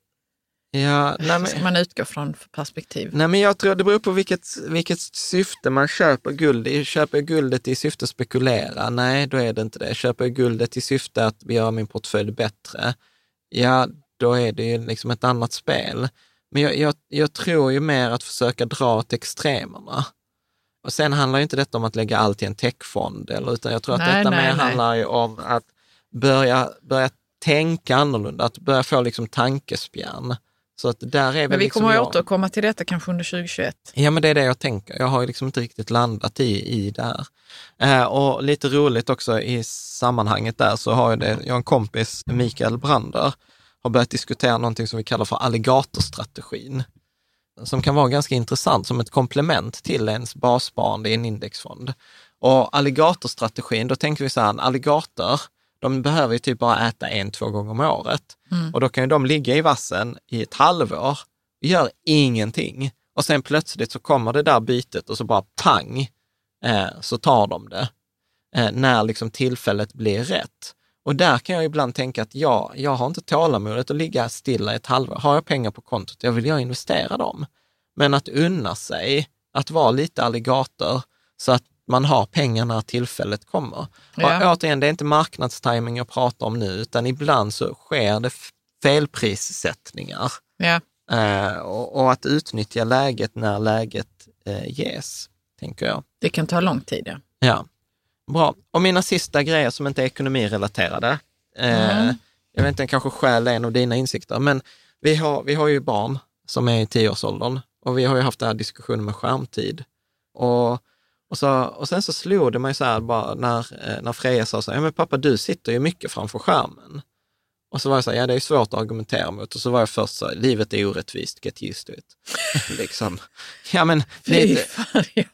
D: Ja, nej, men,
E: ska man utgå från för perspektiv?
D: Nej, men jag tror det beror på vilket, vilket syfte man köper guld. Köper jag guldet i syfte att spekulera? Nej, då är det inte det. Köper jag guldet i syfte att göra min portfölj bättre? Ja, då är det ju liksom ett annat spel. Men jag, jag, jag tror ju mer att försöka dra till extremerna. Och sen handlar ju inte detta om att lägga allt i en techfond, eller, utan jag tror nej, att detta nej, mer nej. handlar ju om att börja, börja tänka annorlunda, att börja få liksom tankespjärn. Så att där är väl
E: men vi
D: liksom
E: kommer
D: jag...
E: att återkomma till detta kanske under tjugohundratjugoett.
D: Ja, men det är det jag tänker. Jag har ju liksom inte riktigt landat i, i det här. Eh, och lite roligt också i sammanhanget där så har jag det, jag har en kompis, Mikael Brander, har börjat diskutera någonting som vi kallar för alligatorstrategin. Som kan vara ganska intressant som ett komplement till ens bassparande i en indexfond. Och alligatorstrategin, då tänker vi så här, en alligator, de behöver ju typ bara äta en, två gånger om året. Mm. Och då kan ju de ligga i vassen i ett halvår och gör ingenting. Och sen plötsligt så kommer det där bytet och så bara pang, eh, så tar de det. Eh, när liksom tillfället blir rätt. Och där kan jag ibland tänka att ja, jag har inte tålamodet att ligga stilla i ett halvår. Har jag pengar på kontot, jag vill jag investera dem. Men att unna sig, att vara lite alligator så att man har pengar när tillfället kommer. Ja. Och återigen, det är inte marknadstiming jag pratar om nu, utan ibland så sker det felprissättningar.
E: Ja.
D: Eh, och, och att utnyttja läget när läget eh, ges, tänker jag.
E: Det kan ta lång tid, ja.
D: Ja, bra. Och mina sista grejer som inte är ekonomirelaterade. Eh, mm. Jag vet inte, kanske skäl en av dina insikter, men vi har, vi har ju barn som är i tioårsåldern och vi har ju haft den här diskussionen med skärmtid. Och Och, så, och sen så slog det mig så här bara när, när Freja sa så här, ja men pappa, du sitter ju mycket framför skärmen. Och så var jag så här, ja det är svårt att argumentera mot. Och så var jag först så här, livet är orättvist, get used to it. liksom. Ja men...
E: Fy fan, Jan.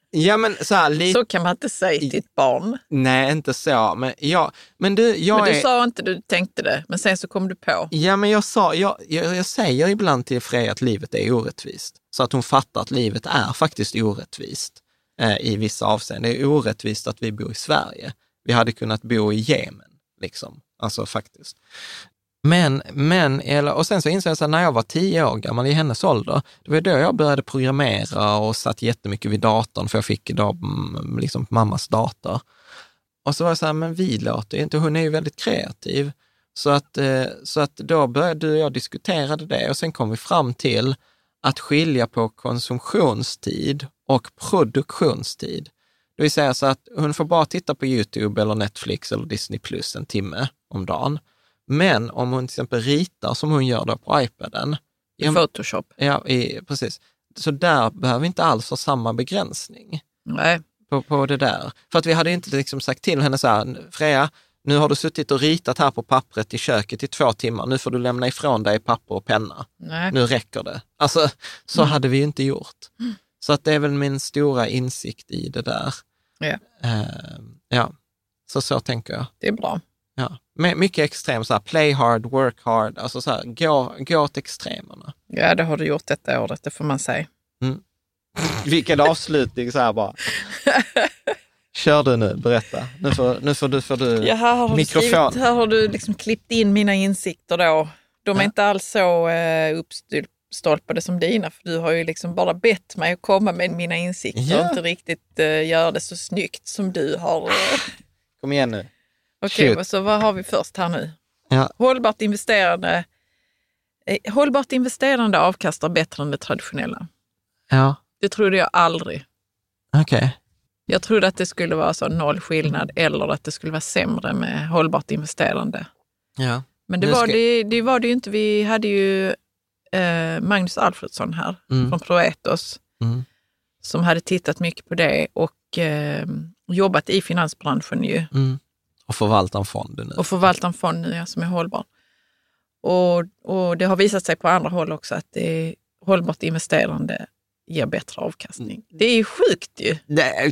D: Ja, men så här, li-
E: Så kan man inte säga till ett barn.
D: Nej, inte så. Men, ja, men du, jag
E: men du
D: är...
E: sa inte, du tänkte det. Men sen så kom du på.
D: Ja, men jag sa, jag, jag, jag säger ibland till Freja att livet är orättvist. Så att hon fattar att livet är faktiskt orättvist eh, i vissa avseenden. Det är orättvist att vi bor i Sverige. Vi hade kunnat bo i Jemen, liksom. Alltså faktiskt. Men, men, eller, och sen så insåg jag så här, när jag var tio år gammal i hennes ålder, det var då jag började programmera och satt jättemycket vid datorn, för jag fick då liksom mammas dator. Och så var jag så här, men vi låter inte, hon är ju väldigt kreativ. Så att, så att då började du och jag diskutera det, och sen kom vi fram till att skilja på konsumtionstid och produktionstid. Det vill säga så att hon får bara titta på YouTube eller Netflix eller Disney Plus en timme om dagen. Men om hon till exempel ritar som hon gör då på iPaden.
E: I Photoshop.
D: Ja, i, precis. Så där behöver vi inte alls ha samma begränsning.
E: Nej.
D: På, på det där. För att vi hade inte liksom sagt till henne så här, Freja, nu har du suttit och ritat här på pappret i köket i två timmar. Nu får du lämna ifrån dig papper och penna.
E: Nej.
D: Nu räcker det. Alltså, så mm. hade vi ju inte gjort. Mm. Så att det är väl min stora insikt i det där.
E: Ja.
D: Uh, ja, så så tänker jag.
E: Det är bra.
D: Ja, mycket extrem, så här, play hard, work hard, alltså så här, gå, gå åt extremerna.
E: Ja, det har du gjort detta året, det får man säga.
D: Mm. Vilken avslutning så här bara. Kör du nu, berätta. Nu får, nu får du, får du
E: ja, här har
D: mikrofon.
E: Du skrivit, här har du liksom klippt in mina insikter då. De är ja. inte alls så uh, uppstolpade som dina, för du har ju liksom bara bett mig att komma med mina insikter ja. och inte riktigt uh, göra det så snyggt som du har. Uh.
D: Kom igen nu.
E: Okej, okay, så vad har vi först här nu?
D: Ja.
E: Hållbart investerande. Eh, hållbart investerande avkastar bättre än det traditionella.
D: Ja.
E: Det trodde jag aldrig.
D: Okej. Okay.
E: Jag trodde att det skulle vara så noll skillnad eller att det skulle vara sämre med hållbart investerande.
D: Ja.
E: Men det var, ska... det, det var det ju inte. Vi hade ju eh, Magnus Alfredsson här mm. från Proetos mm. som hade tittat mycket på det och eh, jobbat i finansbranschen ju.
D: Mm. Och förvalta en fond nu.
E: Och förvalta en fond nu, ja, som är hållbar. Och, och det har visat sig på andra håll också att det är hållbart investerande ger bättre avkastning. Det är ju sjukt ju.
D: Nej.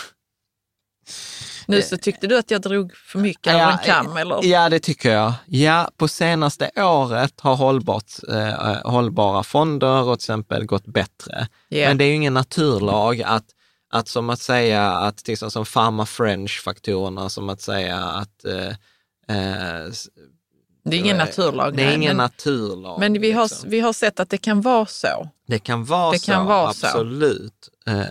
E: Nu så tyckte du att jag drog för mycket över en kam, eller?
D: Ja, det tycker jag. Ja, på senaste året har hållbart, eh, hållbara fonder och till exempel gått bättre. Yeah. Men det är ju ingen naturlag att Att som att säga att till exempel som Pharma French-faktorerna, som att säga att eh, eh,
E: det är ingen naturlag.
D: Det är
E: nej,
D: ingen
E: men,
D: naturlag.
E: Men vi har,
D: liksom.
E: vi har sett att det kan vara så.
D: Det kan vara
E: det
D: så,
E: kan vara
D: absolut. Så. Eh,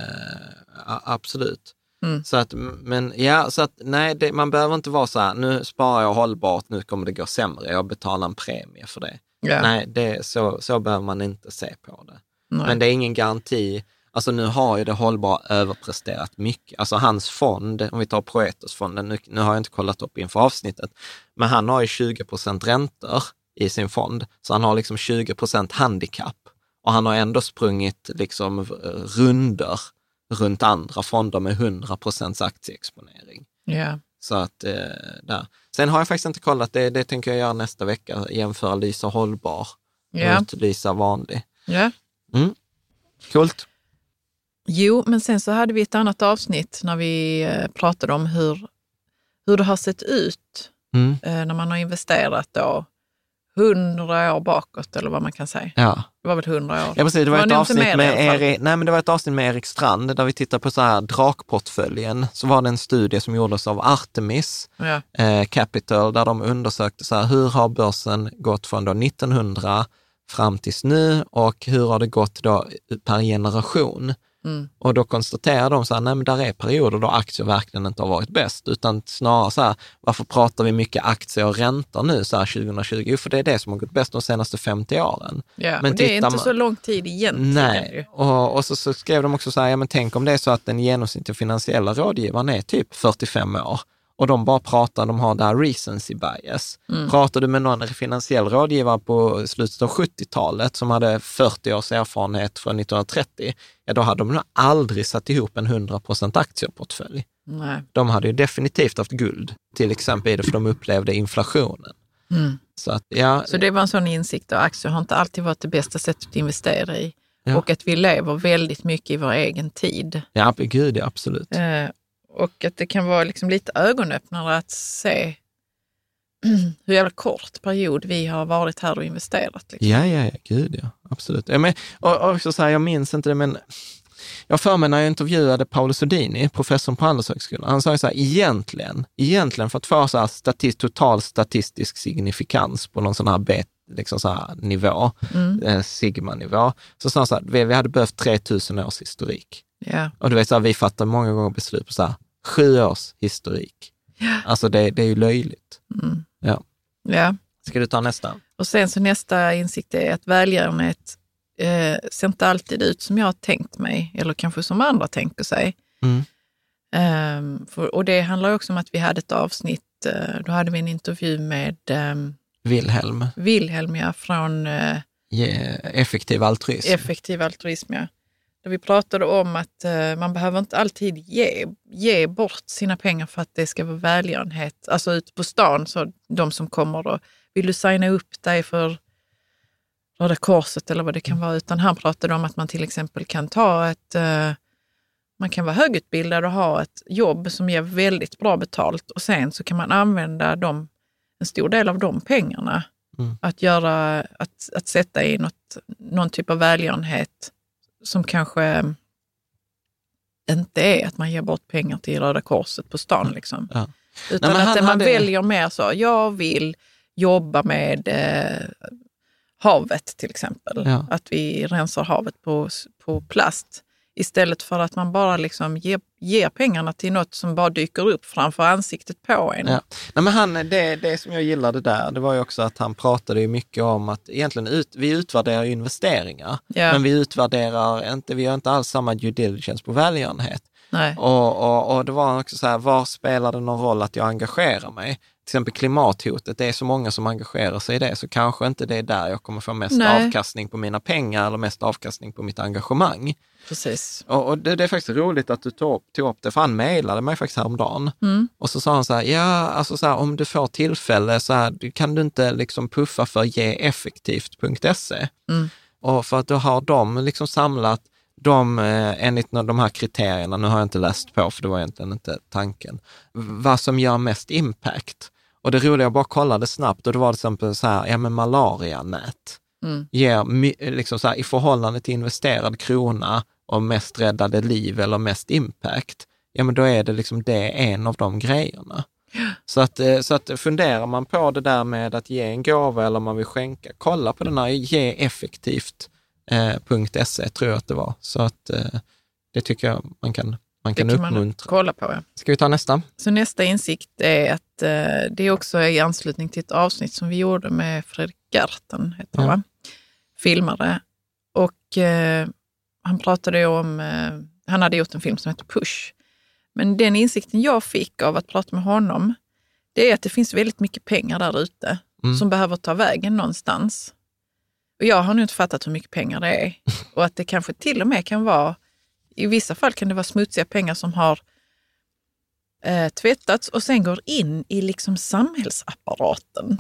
D: absolut.
E: Mm.
D: Så att, men ja, så att nej, det, man behöver inte vara så här, nu sparar jag hållbart, nu kommer det gå sämre, jag betalar en premie för det. Yeah. Nej, det, så, så behöver man inte se på det. Nej. Men det är ingen garanti. Alltså nu har ju det hållbara överpresterat mycket. Alltså hans fond, om vi tar Proetos-fonden, nu, nu har jag inte kollat upp inför avsnittet, men han har ju tjugo procent räntor i sin fond. Så han har liksom tjugo procent handikapp. Och han har ändå sprungit liksom runder runt andra fonder med hundra procent aktieexponering.
E: Yeah.
D: Så att eh, där. Sen har jag faktiskt inte kollat, det, det tänker jag göra nästa vecka, jämföra Lysa hållbar
E: yeah.
D: mot Lysa vanlig.
E: Ja. Yeah.
D: Mm. Coolt.
E: Jo, men sen så hade vi ett annat avsnitt när vi pratade om hur, hur det har sett ut mm. när man har investerat då hundra år bakåt, eller vad man kan säga.
D: Ja.
E: Det var väl hundra år.
D: Ja, precis. Det var, var ett avsnitt med, med Erik, nej, men det var ett avsnitt med Erik Strand där vi tittar på så här drakportföljen. Så var det en studie som gjordes av Artemis
E: ja.
D: eh, Capital, där de undersökte så här, hur har börsen gått från då nittonhundra fram tills nu och hur har det gått då per generation. Mm. Och då konstaterar de så här, nej men där är perioder då aktier verkligen inte har varit bäst, utan snarare så här, varför pratar vi mycket aktier och räntor nu så här tjugohundratjugo? För det är det som har gått bäst de senaste femtio åren.
E: Ja, men det är inte man... så lång tid egentligen.
D: Nej, och, och så, så skrev de också så här, ja men tänk om det är så att den genomsnittliga finansiella rådgivaren är typ fyrtiofem år. Och de bara pratar, de har där recency bias. Mm. Pratar du med någon finansiell rådgivare på slutet av sjuttiotalet som hade fyrtio års erfarenhet från nittonhundratrettio, ja då hade de nog aldrig satt ihop en hundra procent aktieportfölj.
E: Nej.
D: De hade ju definitivt haft guld, till exempel, för de upplevde inflationen.
E: Mm.
D: Så, att, ja,
E: så det var en sån insikt, och aktier har inte alltid varit det bästa sättet att investera i.
D: Ja.
E: Och att vi lever väldigt mycket i vår egen tid.
D: Ja, gud, ja, absolut.
E: Eh, och att det kan vara liksom lite ögonöppnare att se hur jävla kort period vi har varit här och investerat. Liksom.
D: Ja, ja, ja, gud, ja, absolut. Ja, men, och, och så, så här, jag minns inte det, men jag för mig när jag intervjuade Paolo Sodini, professorn på Handelshögskolan, han sa ju så här, egentligen, egentligen för att få så här statist, total statistisk signifikans på någon sån här bet, liksom så här nivå,
E: Mm.
D: eh, sigma-nivå, så sa han så här, vi, vi hade behövt tre tusen års historik.
E: Ja.
D: Och du vet så här, vi fattar många gånger beslut på så här, sju års historik.
E: Ja.
D: Alltså det, det är ju löjligt.
E: Mm.
D: Ja.
E: Ja.
D: Ska du ta nästa?
E: Och sen så nästa insikt är att välgörenhet eh, ser inte alltid ut som jag har tänkt mig, eller kanske som andra tänker sig.
D: Mm.
E: Um, för, och det handlar också om att vi hade ett avsnitt, uh, då hade vi en intervju med um,
D: Wilhelm.
E: Wilhelm ja, från uh,
D: Yeah, effektiv altruism.
E: Effektiv altruism, ja. Där vi pratade om att uh, man behöver inte alltid ge, ge bort sina pengar för att det ska vara välgörenhet. Alltså ute på stan, så de som kommer då, vill du signa upp dig för Röda Korset eller vad det kan vara, utan han pratade om att man till exempel kan ta ett, uh, man kan vara högutbildad och ha ett jobb som ger väldigt bra betalt och sen så kan man använda dem, en stor del av de pengarna
D: Mm.
E: att göra, att, att sätta i något, någon typ av välgörenhet som kanske inte är att man ger bort pengar till Röda Korset på stan liksom.
D: Ja.
E: Utan
D: Nej,
E: att man
D: hade...
E: väljer mer så, jag vill jobba med eh, havet till exempel.
D: Ja.
E: Att vi rensar havet på, på plast. Istället för att man bara liksom ger, ger pengarna till något som bara dyker upp framför ansiktet på en.
D: Ja. Nej, men han, det, det som jag gillade där, det var ju också att han pratade ju mycket om att egentligen ut, vi utvärderar investeringar,
E: Ja.
D: men vi utvärderar inte, vi gör inte alls samma due diligence på välgörenhet.
E: Nej.
D: Och, och, och det var också så här, var spelar det någon roll att jag engagerar mig? Till exempel klimathotet, det är så många som engagerar sig i det, så kanske inte det är där jag kommer få mest
E: Nej.
D: avkastning på mina pengar eller mest avkastning på mitt engagemang.
E: Precis.
D: Och, och det, det är faktiskt roligt att du tog upp, tog upp det, för han mejlade mig faktiskt häromdagen.
E: Mm.
D: Och så sa han så här, ja, alltså så här, om du får tillfälle så här, kan du inte liksom puffa för geeffektivt punkt se.
E: Mm.
D: Och för att då har de liksom samlat de, eh, enligt de här kriterierna, nu har jag inte läst på för det var egentligen inte tanken, vad som gör mest impact. Och det roliga, jag bara kollade snabbt och det var till exempel så här, ja men malaria-nät.
E: Mm.
D: Ger liksom så här, i förhållande till investerad krona och mest räddade liv eller mest impact, ja men då är det liksom det en av de grejerna. Så att, så att funderar man på det där med att ge en gåva eller man vill skänka, kolla på den här geeffektivt punkt se tror jag att det var. Så att det tycker jag man kan, man kan
E: det kan
D: uppmuntra.
E: Man kolla på, ja.
D: Ska vi ta nästa?
E: Så nästa insikt är att eh, det är också i anslutning till ett avsnitt som vi gjorde med Fredrik Gerten, heter han,
D: Ja.
E: va? Filmare. Och eh, han pratade om, eh, han hade gjort en film som heter Push. Men den insikten jag fick av att prata med honom, det är att det finns väldigt mycket pengar där ute
D: Mm.
E: som behöver ta vägen någonstans. Och jag har nu inte fattat hur mycket pengar det är. Och att det kanske till och med kan vara, i vissa fall kan det vara smutsiga pengar som har eh, tvättats och sen går in i liksom samhällsapparaten.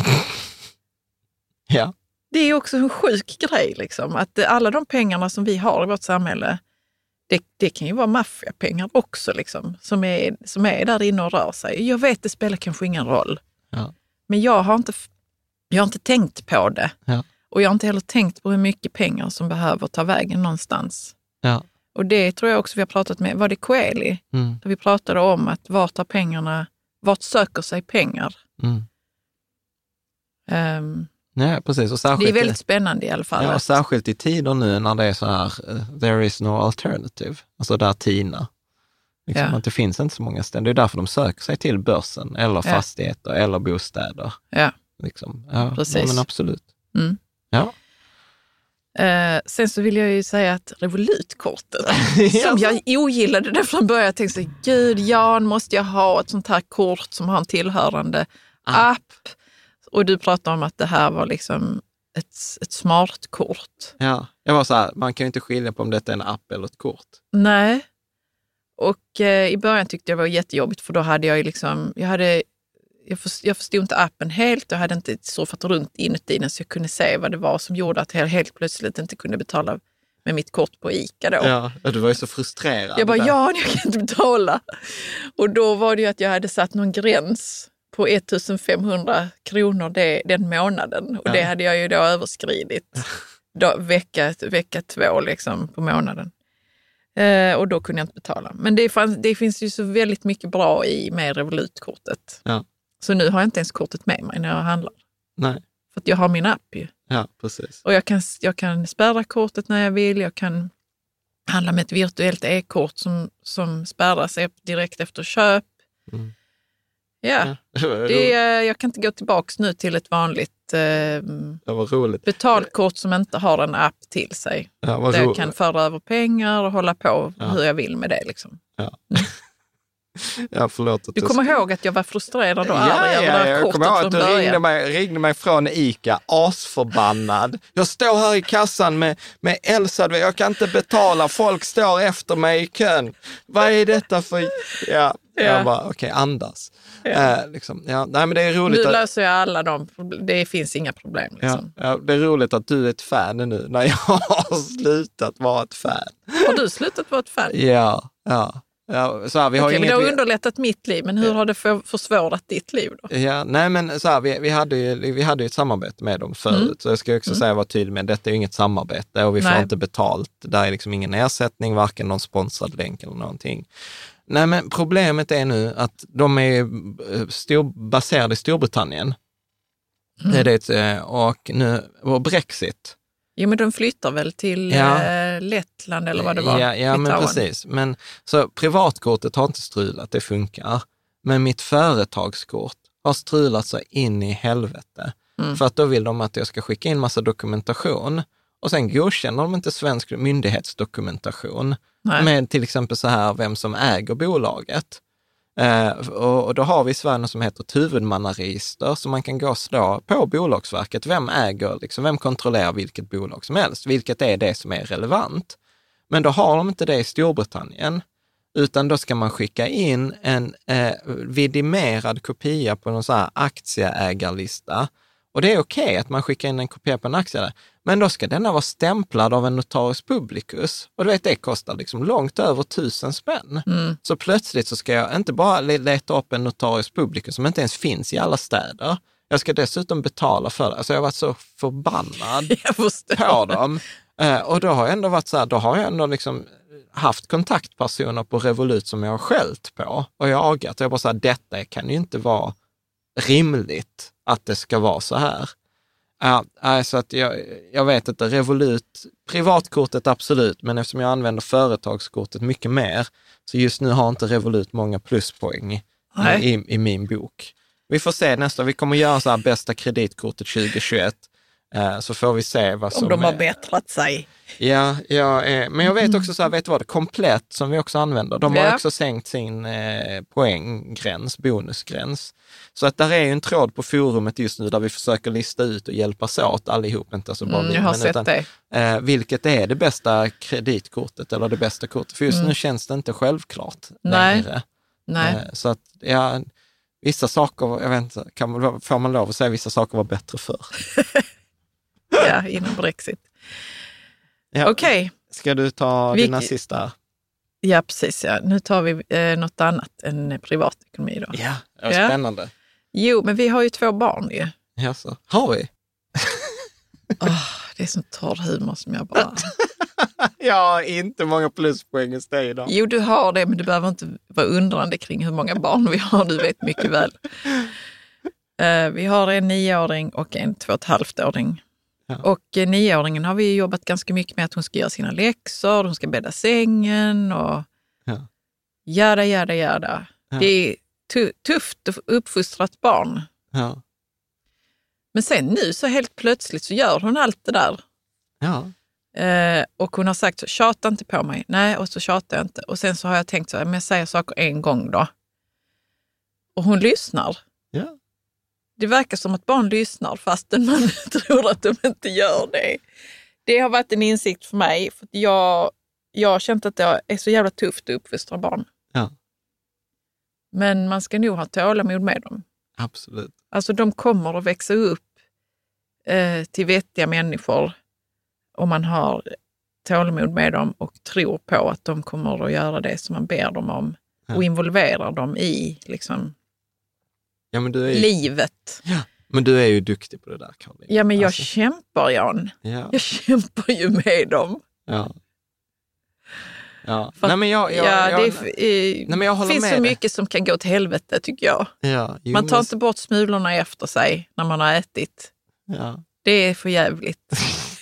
D: Ja.
E: Det är också en sjuk grej liksom. Att alla de pengarna som vi har i vårt samhälle, det, det kan ju vara maffiapengar också liksom. Som är, som är där inne och rör sig. Jag vet, det spelar kanske ingen roll.
D: Ja.
E: Men jag har inte, jag har inte tänkt på det.
D: Ja.
E: Och jag har inte heller tänkt på hur mycket pengar som behöver ta vägen någonstans.
D: Ja.
E: Och det tror jag också vi har pratat med, var det Coeli?
D: Mm.
E: Där vi pratade om att vart tar pengarna, vart söker sig pengar?
D: Mm.
E: Um,
D: Nej, precis. Och särskilt,
E: det är väldigt spännande i alla fall.
D: ja,
E: att,
D: särskilt i tider nu när det är så här, uh, there is no alternative. Alltså där Tina. Liksom,
E: Ja.
D: att det finns inte så många ställen. Det är därför de söker sig till börsen eller
E: Ja.
D: fastigheter eller bostäder.
E: ja,
D: Liksom. Ja,
E: Precis.
D: ja, men absolut.
E: mm.
D: Ja.
E: Uh, sen så vill jag ju säga att Revolutkortet, som jag ogillade det från början, jag tänkte så, gud, Jan, måste jag ha ett sånt här kort som har en tillhörande
D: Ah.
E: app? Och du pratar om att det här var liksom ett, ett smartkort.
D: Ja, jag var så här, man kan ju inte skilja på om detta är en app eller ett kort.
E: Nej. Och eh, i början tyckte jag det var jättejobbigt, för då hade jag ju liksom, jag hade, jag, för, jag förstod inte appen helt och hade inte surfat runt inuti den så jag kunde se vad det var som gjorde att jag helt plötsligt inte kunde betala med mitt kort på ICA då.
D: Ja, du var ju så frustrerad.
E: Jag bara, där. ja, jag kan inte betala. Och då var det ju att jag hade satt någon gräns på ettusenfemhundra kronor det, den månaden. Och ja. det hade jag ju då överskridit då, vecka, vecka två liksom på månaden. Eh, och då kunde jag inte betala. Men det, fanns, det finns ju så väldigt mycket bra i med Revolut-kortet.
D: Ja.
E: Så nu har jag inte ens kortet med mig när jag handlar.
D: Nej.
E: För att jag har min app ju.
D: Ja, precis.
E: Och jag kan, jag kan spärra kortet när jag vill. Jag kan handla med ett virtuellt e-kort som, som spärras direkt efter köp. Mm. Ja, det, jag kan inte gå tillbaka nu till ett vanligt eh, betalkort som inte har en app till sig. Ja, där jag kan föra över pengar och hålla på ja. hur jag vill med det. Liksom.
D: Ja. Mm. Ja, förlåt att
E: du kommer ska... ihåg att jag var frustrerad och arg
D: ja,
E: över
D: ja,
E: det här
D: jag
E: kortet
D: kommer ihåg att
E: från
D: du
E: början.
D: ringde mig, ringde mig från ICA, asförbannad. Jag står här i kassan med, med Elsa, jag kan inte betala, folk står efter mig i kön. Vad är detta för... Ja, ja. Jag bara, okej, okay, andas. Ja. Eh, liksom, ja. Nej, men det är roligt
E: nu
D: att...
E: löser jag alla de problem. Det finns inga problem. Liksom.
D: Ja, ja, det är roligt att du är ett fan nu, när jag har slutat vara ett fan.
E: Har du slutat vara ett fan?
D: Ja, ja. Ja, så här, vi har
E: Okej,
D: inget...
E: men det har underlättat mitt liv, men hur ja. har det för, försvårat ditt liv då?
D: Ja, nej men så här, vi, vi, hade ju, vi hade ju ett samarbete med dem förut, mm. så jag ska också mm. säga vad tydlig med, detta är ju inget samarbete och vi nej. får inte betalt, där är liksom ingen ersättning, varken någon sponsrad länk eller någonting. Nej, men problemet är nu att de är stor, baserade i Storbritannien, mm. är det, och nu, och Brexit.
E: Jo, men de flyttar väl till ja. eh, Lettland eller vad det var?
D: Ja, ja men precis. Men, så privatkortet har inte strulat, det funkar. Men mitt företagskort har strulat så in i helvete. Mm. För att då vill de att jag ska skicka in massa dokumentation. Och sen godkänner de inte svensk myndighetsdokumentation. Nej. Med till exempel så här, vem som äger bolaget. Uh, och, och då har vi i Sverige som heter ett huvudmannaregister, så man kan gå och slå på Bolagsverket. Vem äger, liksom, vem kontrollerar vilket bolag som helst? Vilket är det som är relevant? Men då har de inte det i Storbritannien, utan då ska man skicka in en eh, vidimerad kopia på någon så här aktieägarlista. Och det är okej okay att man skickar in en kopia på en aktie, men då ska denna vara stämplad av en notarius publicus. Och du vet, det kostar liksom långt över tusen spänn. Mm. Så plötsligt så ska jag inte bara leta upp en notarius publicus som inte ens finns i alla städer. Jag ska dessutom betala för det. Alltså jag har varit så förbannad på dem. Och då har jag ändå varit så här, då har jag ändå liksom haft kontaktpersoner på Revolut som jag har skällt på och jagat. Och jag bara så här, detta kan ju inte vara rimligt att det ska vara så här. Ja, alltså att jag, jag vet inte, Revolut, privatkortet absolut, men eftersom jag använder företagskortet mycket mer, så just nu har inte Revolut många pluspoäng i, i, i min bok. Vi får se nästa, vi kommer göra så här bästa kreditkortet tjugohundratjugoett, eh, så får vi se vad som...
E: Om de har
D: är.
E: bättrat sig.
D: Ja, ja eh, men jag vet också så här, vet du vad, det Komplett som vi också använder, de har ja. också sänkt sin eh, poänggräns, bonusgräns. Så att där är ju en tråd på forumet just nu där vi försöker lista ut och hjälpas åt allihop, inte så bara
E: mm, jag har sett
D: utan,
E: det.
D: Eh, vilket är det bästa kreditkortet eller det bästa kortet? För just mm. nu känns det inte självklart
E: Nej.
D: längre.
E: Nej.
D: Eh, så att, ja, vissa saker, jag vet inte, kan man, får man lov att säga vissa saker var bättre förr?
E: Ja, inom Brexit.
D: Ja,
E: Okej. Okay.
D: Ska du ta
E: vi,
D: dina sista?
E: Ja, precis. Ja. Nu tar vi eh, något annat än privatekonomi då.
D: Ja, det var spännande.
E: Ja. Jo, men vi har ju två barn ju.
D: Ja, så. Har vi?
E: Oh, det är sån torr humor som jag bara...
D: Jag har inte många pluspoäng hos dig idag.
E: Jo, du har det, men du behöver inte vara undrande kring hur många barn vi har. Du vet mycket väl. Uh, vi har en nioåring och en två och ett halvt-åring. Ja. Och eh, nioåringen har vi jobbat ganska mycket med att hon ska göra sina läxor, hon ska bädda sängen och ja. Jära, jära, jära. Ja. Det är tu- tufft att uppfostra ett barn.
D: Ja.
E: Men sen nu så helt plötsligt så gör hon allt det där.
D: Ja.
E: Eh, och hon har sagt så, tjata inte på mig. Nej, och så tjatar jag inte. Och sen så har jag tänkt så här, men jag säger saker en gång då. Och hon lyssnar.
D: Ja.
E: Det verkar som att barn lyssnar fastän man tror att de inte gör det. Det har varit en insikt för mig. För jag, jag har känt att det är så jävla tufft att uppfostra barn.
D: Ja.
E: Men man ska nog ha tålamod med dem.
D: Absolut.
E: Alltså de kommer att växa upp eh, till vettiga människor om man har tålamod med dem och tror på att de kommer att göra det som man ber dem om ja. och involverar dem i liksom,
D: ja, men du är ju,
E: livet.
D: Ja, men du är ju duktig på det där, Caroline.
E: Ja, men jag
D: alltså.
E: kämpar, Jan.
D: Ja.
E: Jag kämpar ju med dem.
D: Ja. Ja.
E: För,
D: nej, men jag, jag,
E: ja,
D: jag,
E: det är, eh,
D: nej, men jag håller
E: finns
D: med
E: så
D: dig.
E: mycket som kan gå till helvete, tycker jag.
D: Ja, jo,
E: man tar
D: men...
E: inte bort smulorna efter sig när man har ätit.
D: Ja.
E: Det är för jävligt.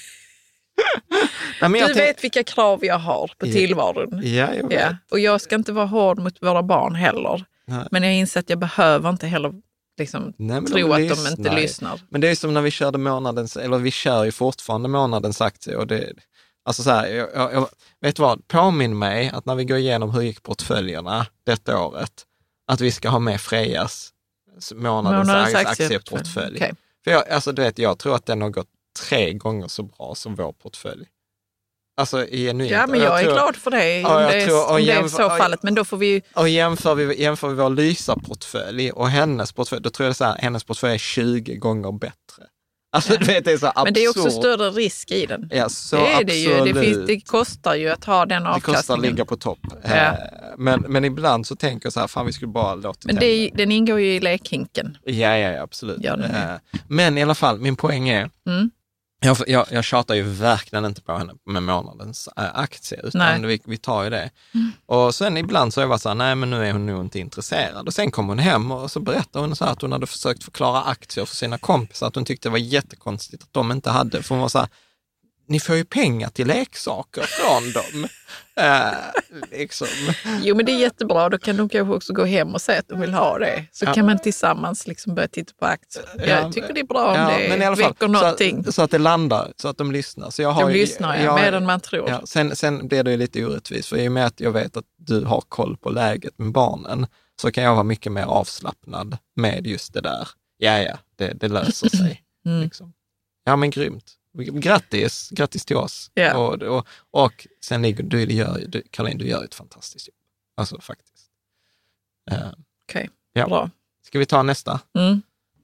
D: nej, men jag
E: du
D: tänk...
E: vet vilka krav jag har på
D: ja.
E: tillvaron.
D: Ja, jag vet.
E: Ja. Och jag ska inte vara hård mot våra barn heller. Nej. Men jag inser att jag behöver inte heller liksom, nej, tro de att lyssnar. de inte lyssnar.
D: Men det är som när vi körde månadens, eller vi kör ju fortfarande månadens aktie. Och det, alltså så här, jag, jag, jag, vet du vad, påminn mig att när vi går igenom hur gick portföljerna detta året, att vi ska ha med Frejas månadens, månadens aktieportfölj. Okay. För jag, alltså, du vet, jag tror att den har gått tre gånger så bra som vår portfölj. Alltså genuint.
E: Ja, men jag, jag är tror, glad för det, om, det, tror, om jämför, det är så fallet. Men då får vi...
D: Och jämför vi, jämför vi vår Lysa-portfölj och hennes portfölj, då tror jag så här, hennes portfölj är tjugo gånger bättre. Alltså,
E: ja.
D: du vet, det är så absurd.
E: Men det är också större risk i den.
D: Ja, så
E: det är
D: absolut.
E: det ju. Det, finns, det kostar ju att ha den avkastningen.
D: Det kostar att ligga på topp.
E: Ja.
D: Men, men ibland så tänker jag så här, fan vi skulle bara låta
E: Men det är, den ingår ju i lekhinken.
D: Ja, ja, ja absolut.
E: Ja,
D: men i alla fall, min poäng är, mm. jag, jag, jag tjatar ju verkligen inte på henne med månadens aktie, utan vi, vi tar ju det. Mm. Och sen ibland så är jag bara så här, nej men nu är hon nog inte intresserad. Och sen kommer hon hem och så berättar hon så här att hon hade försökt förklara aktier för sina kompisar, att hon tyckte det var jättekonstigt att de inte hade, för hon var så här, ni får ju pengar till leksaker från dem. äh, liksom.
E: Jo, men det är jättebra. Då kan de kanske också gå hem och säga att de vill ha det. Så ja. kan man tillsammans liksom börja titta på aktier. Jag ja, tycker det är bra om ja, det men i alla fall, väcker någonting.
D: Så, så att det landar, så att de lyssnar. Så jag har
E: de
D: ju,
E: lyssnar, ja,
D: jag,
E: mer än man tror.
D: Ja, sen, sen blir det ju lite orättvist. För i och med att jag vet att du har koll på läget med barnen, så kan jag vara mycket mer avslappnad med just det där. Ja, ja, det, det löser sig. Mm. Liksom. Ja, men grymt. Grattis, grattis till oss.
E: Yeah.
D: Och, och, och sen ligger du, gör, du, Caroline, du gör ett fantastiskt jobb. Alltså faktiskt. Uh,
E: Okej, okay.
D: ja.
E: Bra.
D: Ska vi ta nästa?
E: Mm.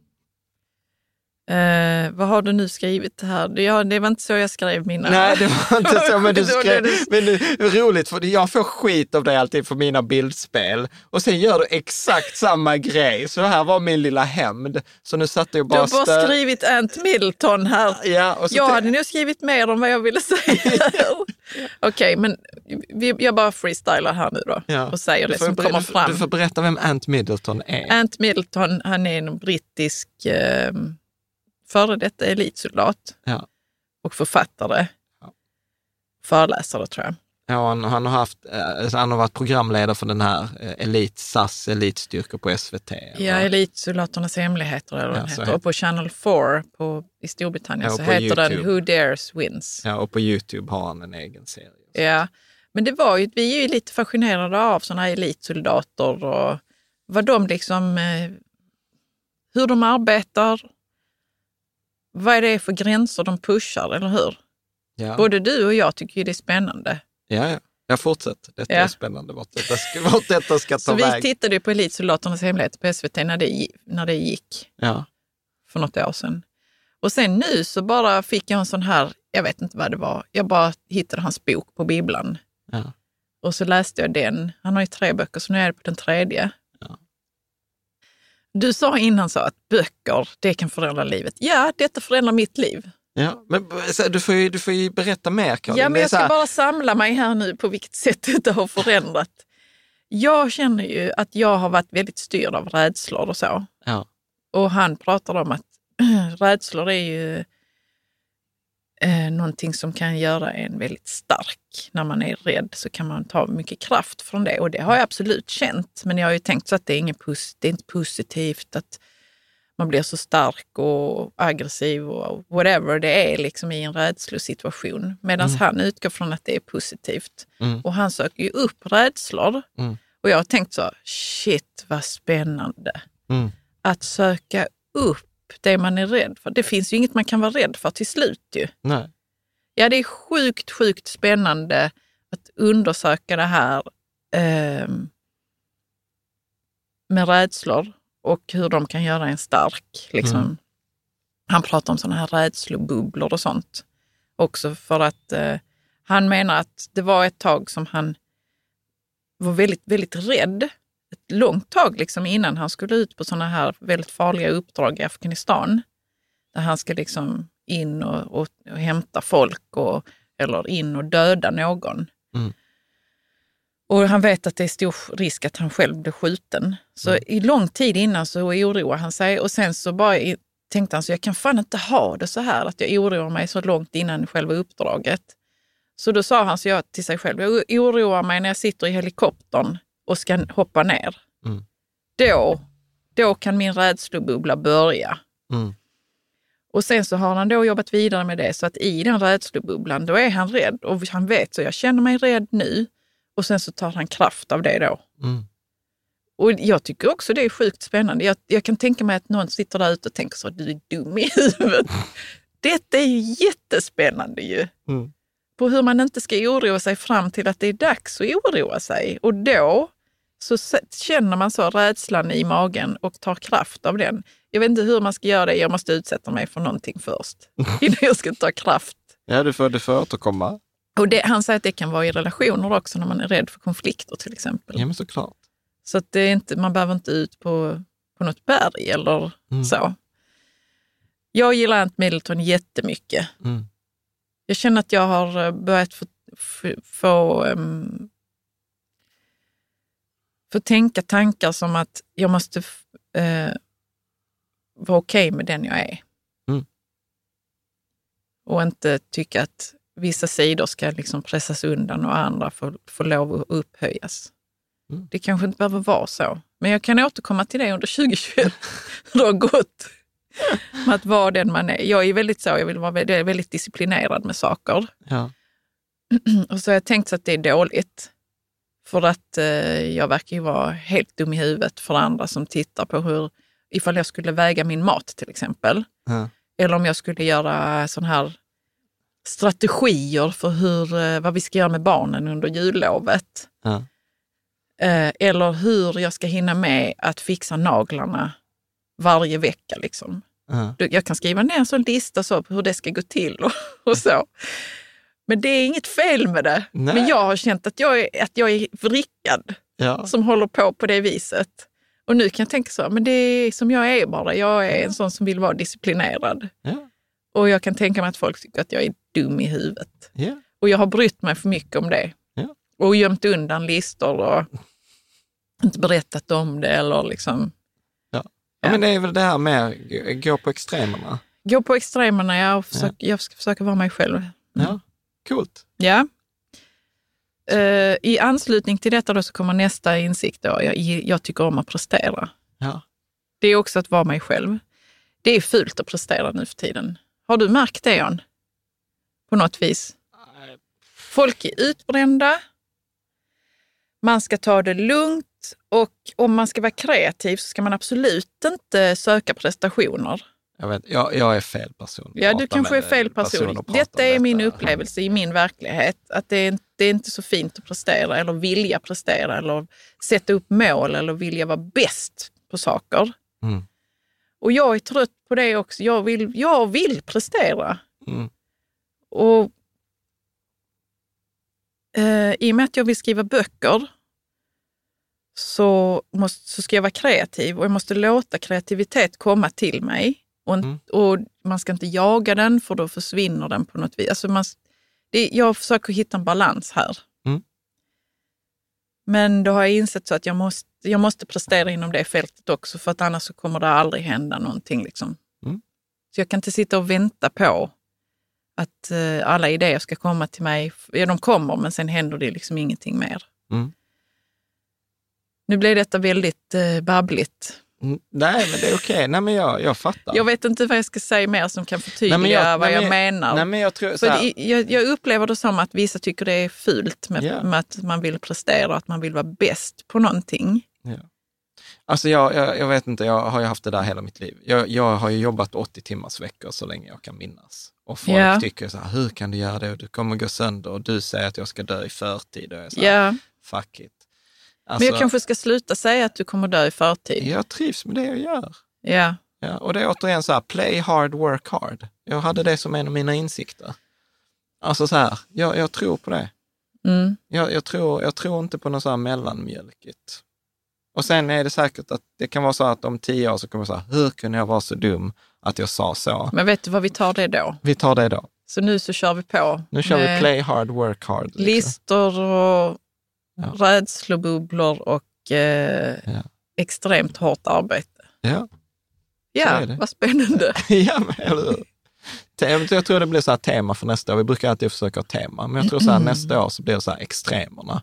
E: Uh, vad har du nu skrivit här? Ja, det var inte så jag skrev mina.
D: Nej, det var inte så, men du skrev, men det är roligt för jag får skit av dig alltid för mina bildspel och sen gör du exakt samma grej. Så här var min lilla hämnd. Så nu satt jag bara...
E: Du har bara stö- skrivit Ant Middleton här.
D: Ja, och så
E: jag
D: t-
E: hade nog skrivit mer om vad jag ville säga. Okej, okay, men vi, jag bara freestylar här nu då ja. och säger det som ber- kommer fram.
D: Du får berätta vem Ant Middleton är.
E: Ant Middleton, han är en brittisk... Eh, före detta elitsoldat
D: ja.
E: och författare. Ja. Föreläsare tror jag.
D: Ja, han, han, har haft, han har varit programledare för den här Elit S A S, elitstyrkor på S V T.
E: Ja, Elitsoldaternas hemligheter eller ja, den heter. Och på Channel fyra på, i Storbritannien ja, så heter YouTube. Den Who Dares Wins.
D: Ja, och på YouTube har han en egen serie.
E: Ja, men det var ju, vi är ju lite fascinerade av sådana här elitsoldater och vad de liksom, hur de arbetar. Vad är det för gränser de pushar, eller hur? Ja. Både du och jag tycker ju det är spännande.
D: Ja, ja. Jag fortsätter. Detta ja. är spännande. Vart detta ska, vart detta ska ta
E: så
D: väg.
E: Så vi tittade ju på Elitsoldaternas hemligheter på S V T när det, när det gick.
D: Ja.
E: För något år sedan. Och sen nu så bara fick jag en sån här, jag vet inte vad det var. Jag bara hittade hans bok på bibblan.
D: Ja.
E: Och så läste jag den. Han har ju tre böcker, så nu är det på den tredje.
D: Ja.
E: Du sa innan så att böcker, det kan förändra livet. Ja, detta förändrar mitt liv.
D: Ja, men du får ju, du får ju berätta mer, Karin.
E: Ja, men jag ska här... bara samla mig här nu på vilket sätt detta har förändrat. Jag känner ju att jag har varit väldigt styrd av rädslor och så.
D: Ja.
E: Och han pratar om att rädslor är ju eh, någonting som kan göra en väldigt stark. När man är rädd så kan man ta mycket kraft från det. Och det har jag absolut känt. Men jag har ju tänkt så att det är, ingen pos- det är inte positivt att man blir så stark och aggressiv och whatever det är liksom i en rädslosituation. Medan mm. han utgår från att det är positivt.
D: Mm.
E: Och han söker ju upp rädslor.
D: Mm.
E: Och jag har tänkt så, shit vad spännande.
D: Mm.
E: Att söka upp det man är rädd för. Det finns ju inget man kan vara rädd för till slut ju.
D: Nej.
E: Ja, det är sjukt, sjukt spännande att undersöka det här eh, med rädslor. Och hur de kan göra en stark. Liksom. Mm. Han pratar om sådana här rädslobubblor och sånt. Också för att eh, Han menar att det var ett tag som han var väldigt, väldigt rädd. Ett långt tag liksom innan han skulle ut på sådana här väldigt farliga uppdrag i Afghanistan. Där han ska liksom in och, och, och hämta folk och, eller in och döda någon. Mm. Och han vet att det är stor risk att han själv blir skjuten. Så mm. i lång tid innan så oroar han sig. Och sen så bara i, tänkte han så jag kan fan inte ha det så här. Att jag oroar mig så långt innan själva uppdraget. Så då sa han så jag till sig själv. Jag oroar mig när jag sitter i helikoptern och ska hoppa ner. Mm. Då, då kan min rädslobubbla börja. Mm. Och sen så har han då jobbat vidare med det. Så att i den rädslobubblan då är han rädd. Och han vet så jag känner mig rädd nu. Och sen så tar han kraft av det då. Mm. Och jag tycker också det är sjukt spännande. Jag, jag kan tänka mig att någon sitter där ute och tänker så du är dum i huvudet. Detta är ju jättespännande ju. Mm. På hur man inte ska oroa sig fram till att det är dags att oroa sig. Och då så känner man så rädslan i magen och tar kraft av den. Jag vet inte hur man ska göra det. Jag måste utsätta mig för någonting först. Innan jag ska ta kraft.
D: Ja, du får, du får återkomma.
E: Och det, han säger att det kan vara i relationer också när man är rädd för konflikter till exempel.
D: Ja, men såklart.
E: Så att det är inte, man behöver inte ut på, på något berg eller mm. så. Jag gillar Ant Middleton jättemycket. Mm. Jag känner att jag har börjat få, få, få, um, få tänka tankar som att jag måste uh, vara okej med den jag är. Mm. Och inte tycka att vissa sidor ska liksom pressas undan och andra får, får lov att upphöjas. Mm. Det kanske inte behöver vara så. Men jag kan återkomma till det under tjugo tjugoett. Det har gått med att vara den man är. Jag är väldigt så, jag vill vara väldigt, väldigt disciplinerad med saker. Ja. Och så har jag tänkt att det är dåligt. För att eh, jag verkar ju vara helt dum i huvudet för andra som tittar på hur, ifall jag skulle väga min mat till exempel. Ja. Eller om jag skulle göra sån här strategier för hur, vad vi ska göra med barnen under jullovet. Ja. Eh, eller hur jag ska hinna med att fixa naglarna varje vecka. Liksom. Ja. Jag kan skriva ner en sån lista så på hur det ska gå till och, och så. Men det är inget fel med det. Nej. Men jag har känt att jag är, att jag är vrickad ja. Som håller på på det viset. Och nu kan jag tänka så, men det är som jag är bara. Jag är en sån som vill vara disciplinerad. Ja. Och jag kan tänka mig att folk tycker att jag är dum i huvudet. Yeah. Och jag har brytt mig för mycket om det. Yeah. Och gömt undan listor och inte berättat om det. Eller liksom,
D: ja. Ja. Ja, men det är väl det här med att gå på extremerna.
E: Gå på extremerna, ja. Och försöka, ja. Jag ska försöka vara mig själv. Mm.
D: Ja, coolt.
E: Ja. Uh, I anslutning till detta då så kommer nästa insikt. Då. Jag, jag tycker om att prestera. Ja. Det är också att vara mig själv. Det är fult att prestera nu för tiden. Har du märkt det, Jan? På något vis? Folk är utbrända. Man ska ta det lugnt. Och om man ska vara kreativ så ska man absolut inte söka prestationer.
D: Jag, vet, jag, jag är fel person.
E: Ja, du kanske är fel person. person detta är min detta. upplevelse i min verklighet. Att det är, det är inte så fint att prestera eller vilja prestera eller sätta upp mål eller vilja vara bäst på saker. Mm. Och jag är trött på det också. Jag vill, jag vill prestera. Mm. Och eh, i och med att jag vill skriva böcker så, måste, så ska jag vara kreativ. Och jag måste låta kreativitet komma till mig. Och, mm. och man ska inte jaga den för då försvinner den på något vis. Alltså man, det, jag försöker hitta en balans här. Mm. Men då har jag insett så att jag måste, jag måste prestera inom det fältet också. För att annars så kommer det aldrig hända någonting. Liksom. Mm. Så jag kan inte sitta och vänta på att uh, alla idéer ska komma till mig. Ja, de kommer men sen händer det liksom ingenting mer. Mm. Nu blir detta väldigt uh, babbligt.
D: Mm, nej, men det är okej. Nej, men jag, jag fattar.
E: Jag vet inte vad jag ska säga mer som kan förtydliga nej, jag, vad nej, jag menar.
D: Nej, men jag, tror,
E: så här, jag, jag upplever det som att vissa tycker det är fult med, yeah. med att man vill prestera och att man vill vara bäst på någonting.
D: Yeah. Alltså jag, jag, jag vet inte, jag har ju haft det där hela mitt liv. Jag, jag har ju jobbat åttio timmars veckor så länge jag kan minnas. Och folk yeah. tycker så här, hur kan du göra det? Du kommer gå sönder och du säger att jag ska dö i förtid. Och jag är så här, yeah. fuck it.
E: Alltså, men jag kanske ska sluta säga att du kommer dö i förtid.
D: Jag trivs med det jag gör.
E: Ja.
D: Ja, och det är återigen så här, play hard, work hard. Jag hade det som en av mina insikter. Alltså så här, jag, jag tror på det.
E: Mm.
D: Jag, jag, tror, jag tror inte på något så här mellanmjölkigt. Och sen är det säkert att det kan vara så att om tio år så kommer jag säga, hur kunde jag vara så dum att jag sa så?
E: Men vet du vad vi tar det då?
D: Vi tar det då.
E: Så nu så kör vi på.
D: Nu kör vi play hard, work hard. Liksom.
E: Listor och
D: ja.
E: rädslobubblor och eh, ja. extremt hårt arbete.
D: Ja,
E: ja vad spännande.
D: ja, men eller jag tror det blir så här tema för nästa år. Vi brukar alltid försöka ha tema. Men jag tror så här nästa år så blir det så här extremerna.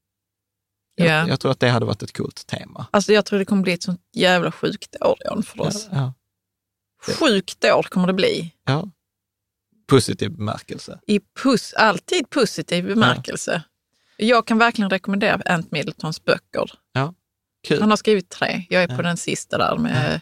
D: Jag, yeah. jag tror att det hade varit ett coolt tema.
E: Alltså jag tror det kommer bli ett sånt jävla sjukt år för oss. Ja, ja. Sjukt år kommer det bli.
D: Ja. Positiv bemärkelse.
E: I pus, alltid positiv bemärkelse. Ja. Jag kan verkligen rekommendera Ant Middletons böcker.
D: Ja. Kul.
E: Han har skrivit tre. Jag är på ja. den sista där med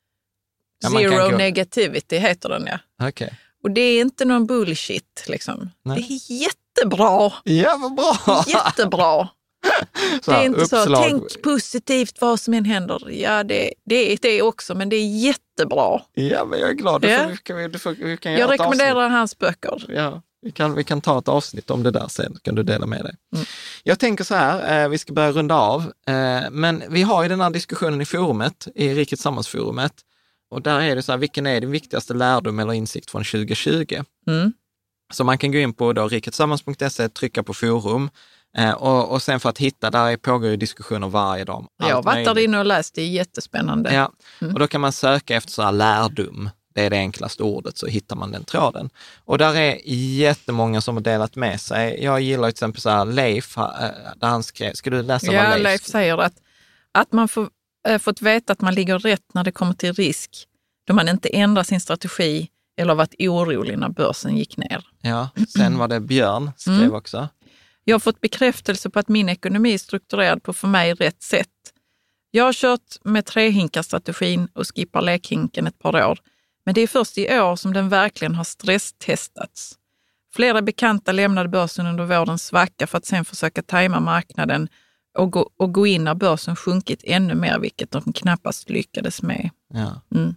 E: ja. Zero gå... Negativity heter den, ja.
D: Okay.
E: Och det är inte någon bullshit liksom. Nej. Det är jättebra.
D: Ja, vad bra.
E: Jättebra.
D: Så
E: det är inte
D: uppslag.
E: så, tänk positivt vad som än händer. Ja, det, det är det också, men det är jättebra.
D: Ja, men jag är glad. Du får, ja. vi kan, du får, vi kan
E: jag rekommenderar hans böcker.
D: Ja, vi kan, vi kan ta ett avsnitt om det där sen, kan du dela med dig. Mm. Jag tänker så här, eh, vi ska börja runda av, eh, men vi har ju den här diskussionen i forumet, i Rikets Samhällsforumet, och där är det så här, vilken är din viktigaste lärdom eller insikt från tjugo tjugo?
E: Mm.
D: Så man kan gå in på riketsammans punkt se, trycka på forum, Eh, och, och sen för att hitta, där pågår ju diskussioner varje dag.
E: Jag har varit där inne och läst, det är jättespännande.
D: Ja, mm. och då kan man söka efter så här lärdom. Det är det enklaste ordet, så hittar man den tråden. Och där är jättemånga som har delat med sig. Jag gillar till exempel så här Leif, där han skrev, ska du läsa
E: ja,
D: vad Leif
E: Leif säger att, att man får, äh, fått veta att man ligger rätt när det kommer till risk, då man inte ändrar sin strategi eller varit orolig när börsen gick ner.
D: Ja, sen var det Björn skrev mm. också.
E: Jag har fått bekräftelse på att min ekonomi är strukturerad på för mig rätt sätt. Jag har kört med trehinkarstrategin och skippar lekhinken ett par år. Men det är först i år som den verkligen har stresstestats. Flera bekanta lämnade börsen under vårens svacka för att sen försöka tajma marknaden och gå, och gå in när börsen sjunkit ännu mer, vilket de knappast lyckades med.
D: Ja.
E: Mm.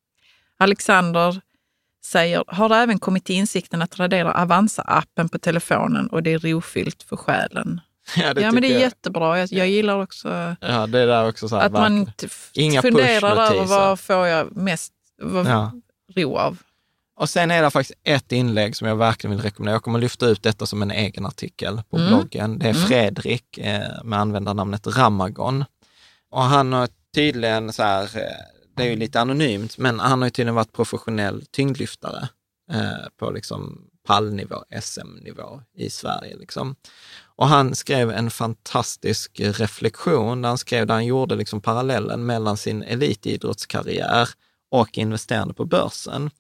E: Alexander säger, har även kommit till insikten att radera Avanza-appen på telefonen och det är rofyllt för själen.
D: Ja, det
E: ja men det är
D: jag.
E: jättebra. Jag, jag gillar också,
D: ja, det är där också så här,
E: att man t- Inga funderar över vad får jag mest vad
D: ja.
E: ro av.
D: Och sen är det faktiskt ett inlägg som jag verkligen vill rekommendera. Jag kommer lyfta ut detta som en egen artikel på mm. bloggen. Det är Fredrik eh, med användarnamnet Ramagon. Och han har tydligen så här... Det är ju lite anonymt, men han har ju tydligen varit professionell tyngdlyftare eh, på liksom pallnivå, S M-nivå i Sverige. Liksom. Och han skrev en fantastisk reflektion där han skrev där han gjorde liksom parallellen mellan sin elitidrottskarriär och investerande på börsen.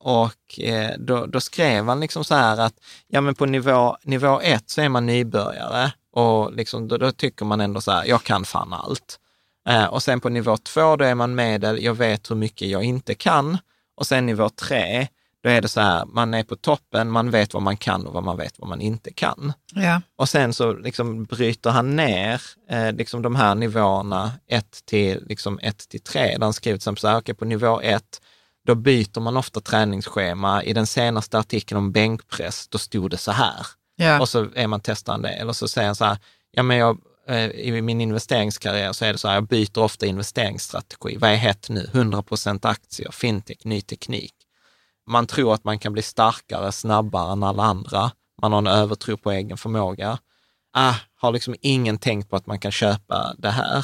D: Och eh, då, då skrev han liksom så här att ja, men på nivå, nivå ett så är man nybörjare och liksom, då, då tycker man ändå så här, jag kan fan allt. Eh, och sen på nivå två då är man medel, jag vet hur mycket jag inte kan. Och sen nivå tre, då är det så här, man är på toppen, man vet vad man kan och vad man vet vad man inte kan.
E: Ja.
D: Och sen så liksom bryter han ner eh, liksom de här nivåerna ett till liksom ett till tre. Där han skrivit som så här, okej, på nivå ett, då byter man ofta träningsschema. I den senaste artikeln om bänkpress, då stod det så här.
E: Ja.
D: Och så är man testande. Eller så säger han så här, ja men jag, i min investeringskarriär så är det så här, jag byter ofta investeringsstrategi. Vad är hett nu? hundra procent aktier, fintech, ny teknik. Man tror att man kan bli starkare, snabbare än alla andra. Man har en övertro på egen förmåga. Ah, har liksom ingen tänkt på att man kan köpa det här.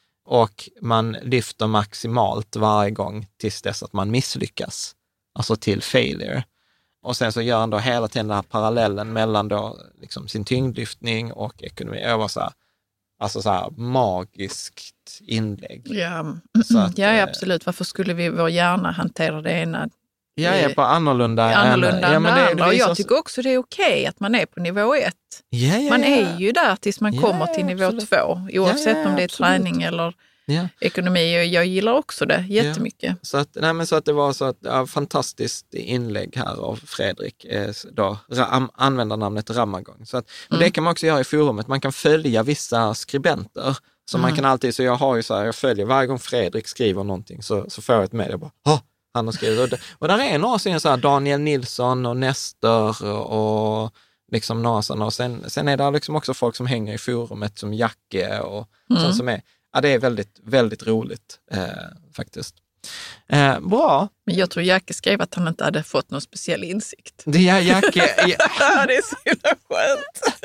D: Och man lyfter maximalt varje gång tills dess att man misslyckas. Alltså till failure. Och sen så gör han då hela tiden den här parallellen mellan då liksom sin tyngdlyftning och ekonomi. Jag var så här, alltså så här magiskt inlägg.
E: Ja,
D: så att,
E: ja absolut. Varför skulle vi vår hjärna hantera det ena?
D: Jag är på annorlunda,
E: annorlunda
D: än,
E: ja, men det,
D: det, det
E: och jag
D: så...
E: tycker också det är okej att man är på nivå ett.
D: Ja, ja,
E: man
D: ja.
E: är ju där tills man
D: ja,
E: kommer till nivå
D: absolut.
E: två. Oavsett
D: ja, ja,
E: om det är
D: absolut.
E: träning eller
D: ja.
E: ekonomi. Jag gillar också det jättemycket.
D: Ja. Så, att, nej, men så att det var så att, ja, fantastiskt inlägg här av Fredrik. Eh, då, ra, använder namnet Ramagon. Så att, mm. Det kan man också göra i forumet. Man kan följa vissa skribenter. Så mm. man kan alltid, så jag har ju så här, jag följer varje gång Fredrik skriver någonting så, så får jag ett med. Jag bara, åh, han har skrivit. Och, och där är några som så här, Daniel Nilsson och Nestor och liksom några sådana. Och sen, sen är det liksom också folk som hänger i forumet som Jacke och mm. sånt som är. Ja, det är väldigt, väldigt roligt eh, faktiskt. Eh, bra.
E: Men jag tror Jacke skrev att han inte hade fått någon speciell insikt.
D: Det är Jacke.
E: Ja, det är så himla skönt.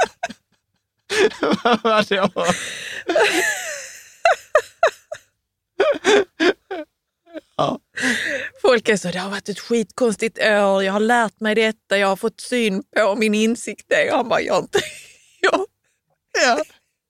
D: Vad var det? Ja.
E: Folk är så, det har varit ett skitkonstigt år, jag har lärt mig detta, jag har fått syn på min insikt. Det. Han bara, jag har inte... Ja.
D: Ja.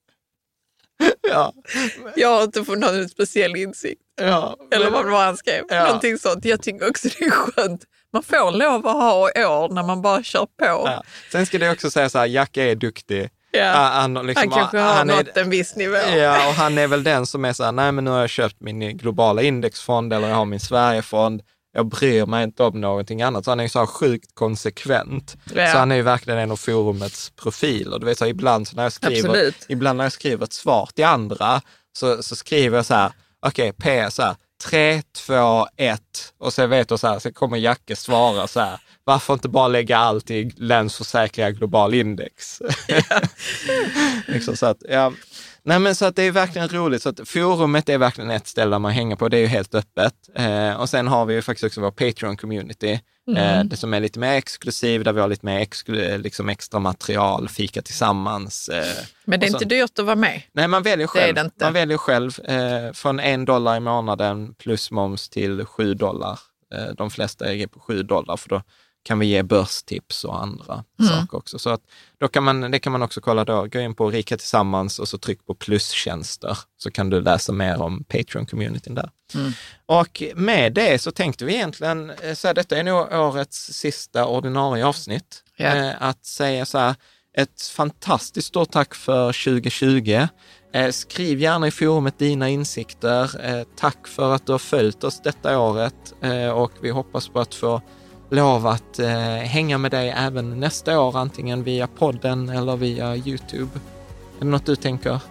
D: Ja.
E: Jag har inte fått någon speciell insikt.
D: Ja, men...
E: Eller vad det var han skrev. Ja. Någonting sånt. Jag tycker också det är skönt. Man får lov att ha år när man bara kör på.
D: Ja. Sen ska det också säga så här, Jacke är duktig.
E: Ja.
D: Han, liksom,
E: han kanske har
D: han
E: nått
D: är,
E: en viss nivå.
D: Ja, och han är väl den som är så här, nej men nu har jag köpt min globala indexfond eller jag har min Sverigefond. Jag bryr mig inte om någonting annat. Så han är ju så här sjukt konsekvent. Ja. Så han är ju verkligen en av forumets profiler. Du vet så här, ibland så när jag skriver, ibland när jag skriver ett svar till andra så, så skriver jag så här, okej, okay, P så här, tre, två, ett och så vet du så här, så kommer Jacke svara så här, varför inte bara lägga allt i Länsförsäkringar global index? Ja. liksom så att, ja. Nej men så att det är verkligen roligt, så att forumet är verkligen ett ställe där man hänger på, det är ju helt öppet. Eh, och sen har vi ju faktiskt också vår Patreon-community, mm. eh, det som är lite mer exklusiv, där vi har lite mer exklu- liksom extra material, fika tillsammans. Eh,
E: men det är inte dyrt att vara med?
D: Nej, man väljer själv.
E: Det är det inte.
D: Man väljer själv eh, från en dollar i månaden plus moms till sju dollar. Eh, de flesta är på sju dollar, för då kan vi ge börstips och andra mm. saker också. Så att då kan man, det kan man också kolla då. Gå in på Rika Tillsammans och så tryck på plustjänster, så kan du läsa mer om Patreon-communityn där. Mm. Och med det så tänkte vi egentligen, så här, detta är nog årets sista ordinarie avsnitt, yeah. eh, att säga så här, ett fantastiskt stort tack för tjugo tjugo. Eh, skriv gärna i forumet dina insikter. Eh, tack för att du har följt oss detta året eh, och vi hoppas på att få lov att eh, hänga med dig även nästa år, antingen via podden eller via YouTube. Är det något du tänker?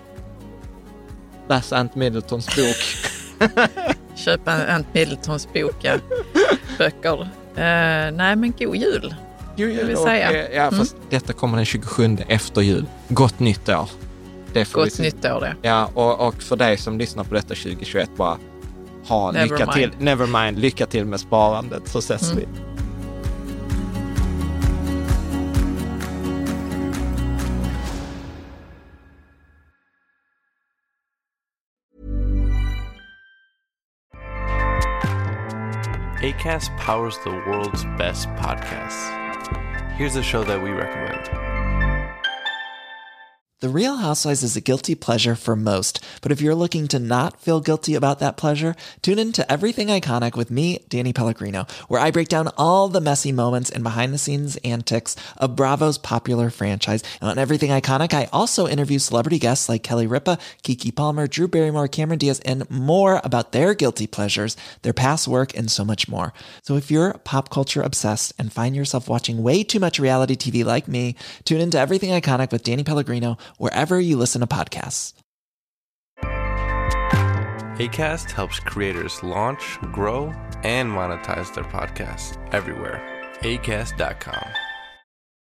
D: Läsa Ant Middletons bok.
E: Köpa Ant Middletons bok, ja. Böcker. Uh, nej, men god jul.
D: God jul.
E: Vill
D: och,
E: säga.
D: Ja, fast mm. detta kommer den tjugosjunde efter jul. Gott nytt år. Det får
E: Gott nytt år, det.
D: Ja, och, och för dig som lyssnar på detta tjugo tjugoett, bara ha
E: never
D: lycka
E: mind.
D: till. Never mind. Lycka till med sparandet, så ses mm. vi.
F: Acast powers the world's best podcasts. Here's a show that we recommend.
G: The Real Housewives is a guilty pleasure for most, but if you're looking to not feel guilty about that pleasure, tune in to Everything Iconic with me, Danny Pellegrino, where I break down all the messy moments and behind-the-scenes antics of Bravo's popular franchise. And on Everything Iconic, I also interview celebrity guests like Kelly Ripa, Keke Palmer, Drew Barrymore, Cameron Diaz, and more about their guilty pleasures, their past work, and so much more. So if you're pop culture obsessed and find yourself watching way too much reality T V like me, tune in to Everything Iconic with Danny Pellegrino, wherever you listen to podcasts.
F: Acast helps creators launch, grow, and monetize their podcasts everywhere. acast dot com.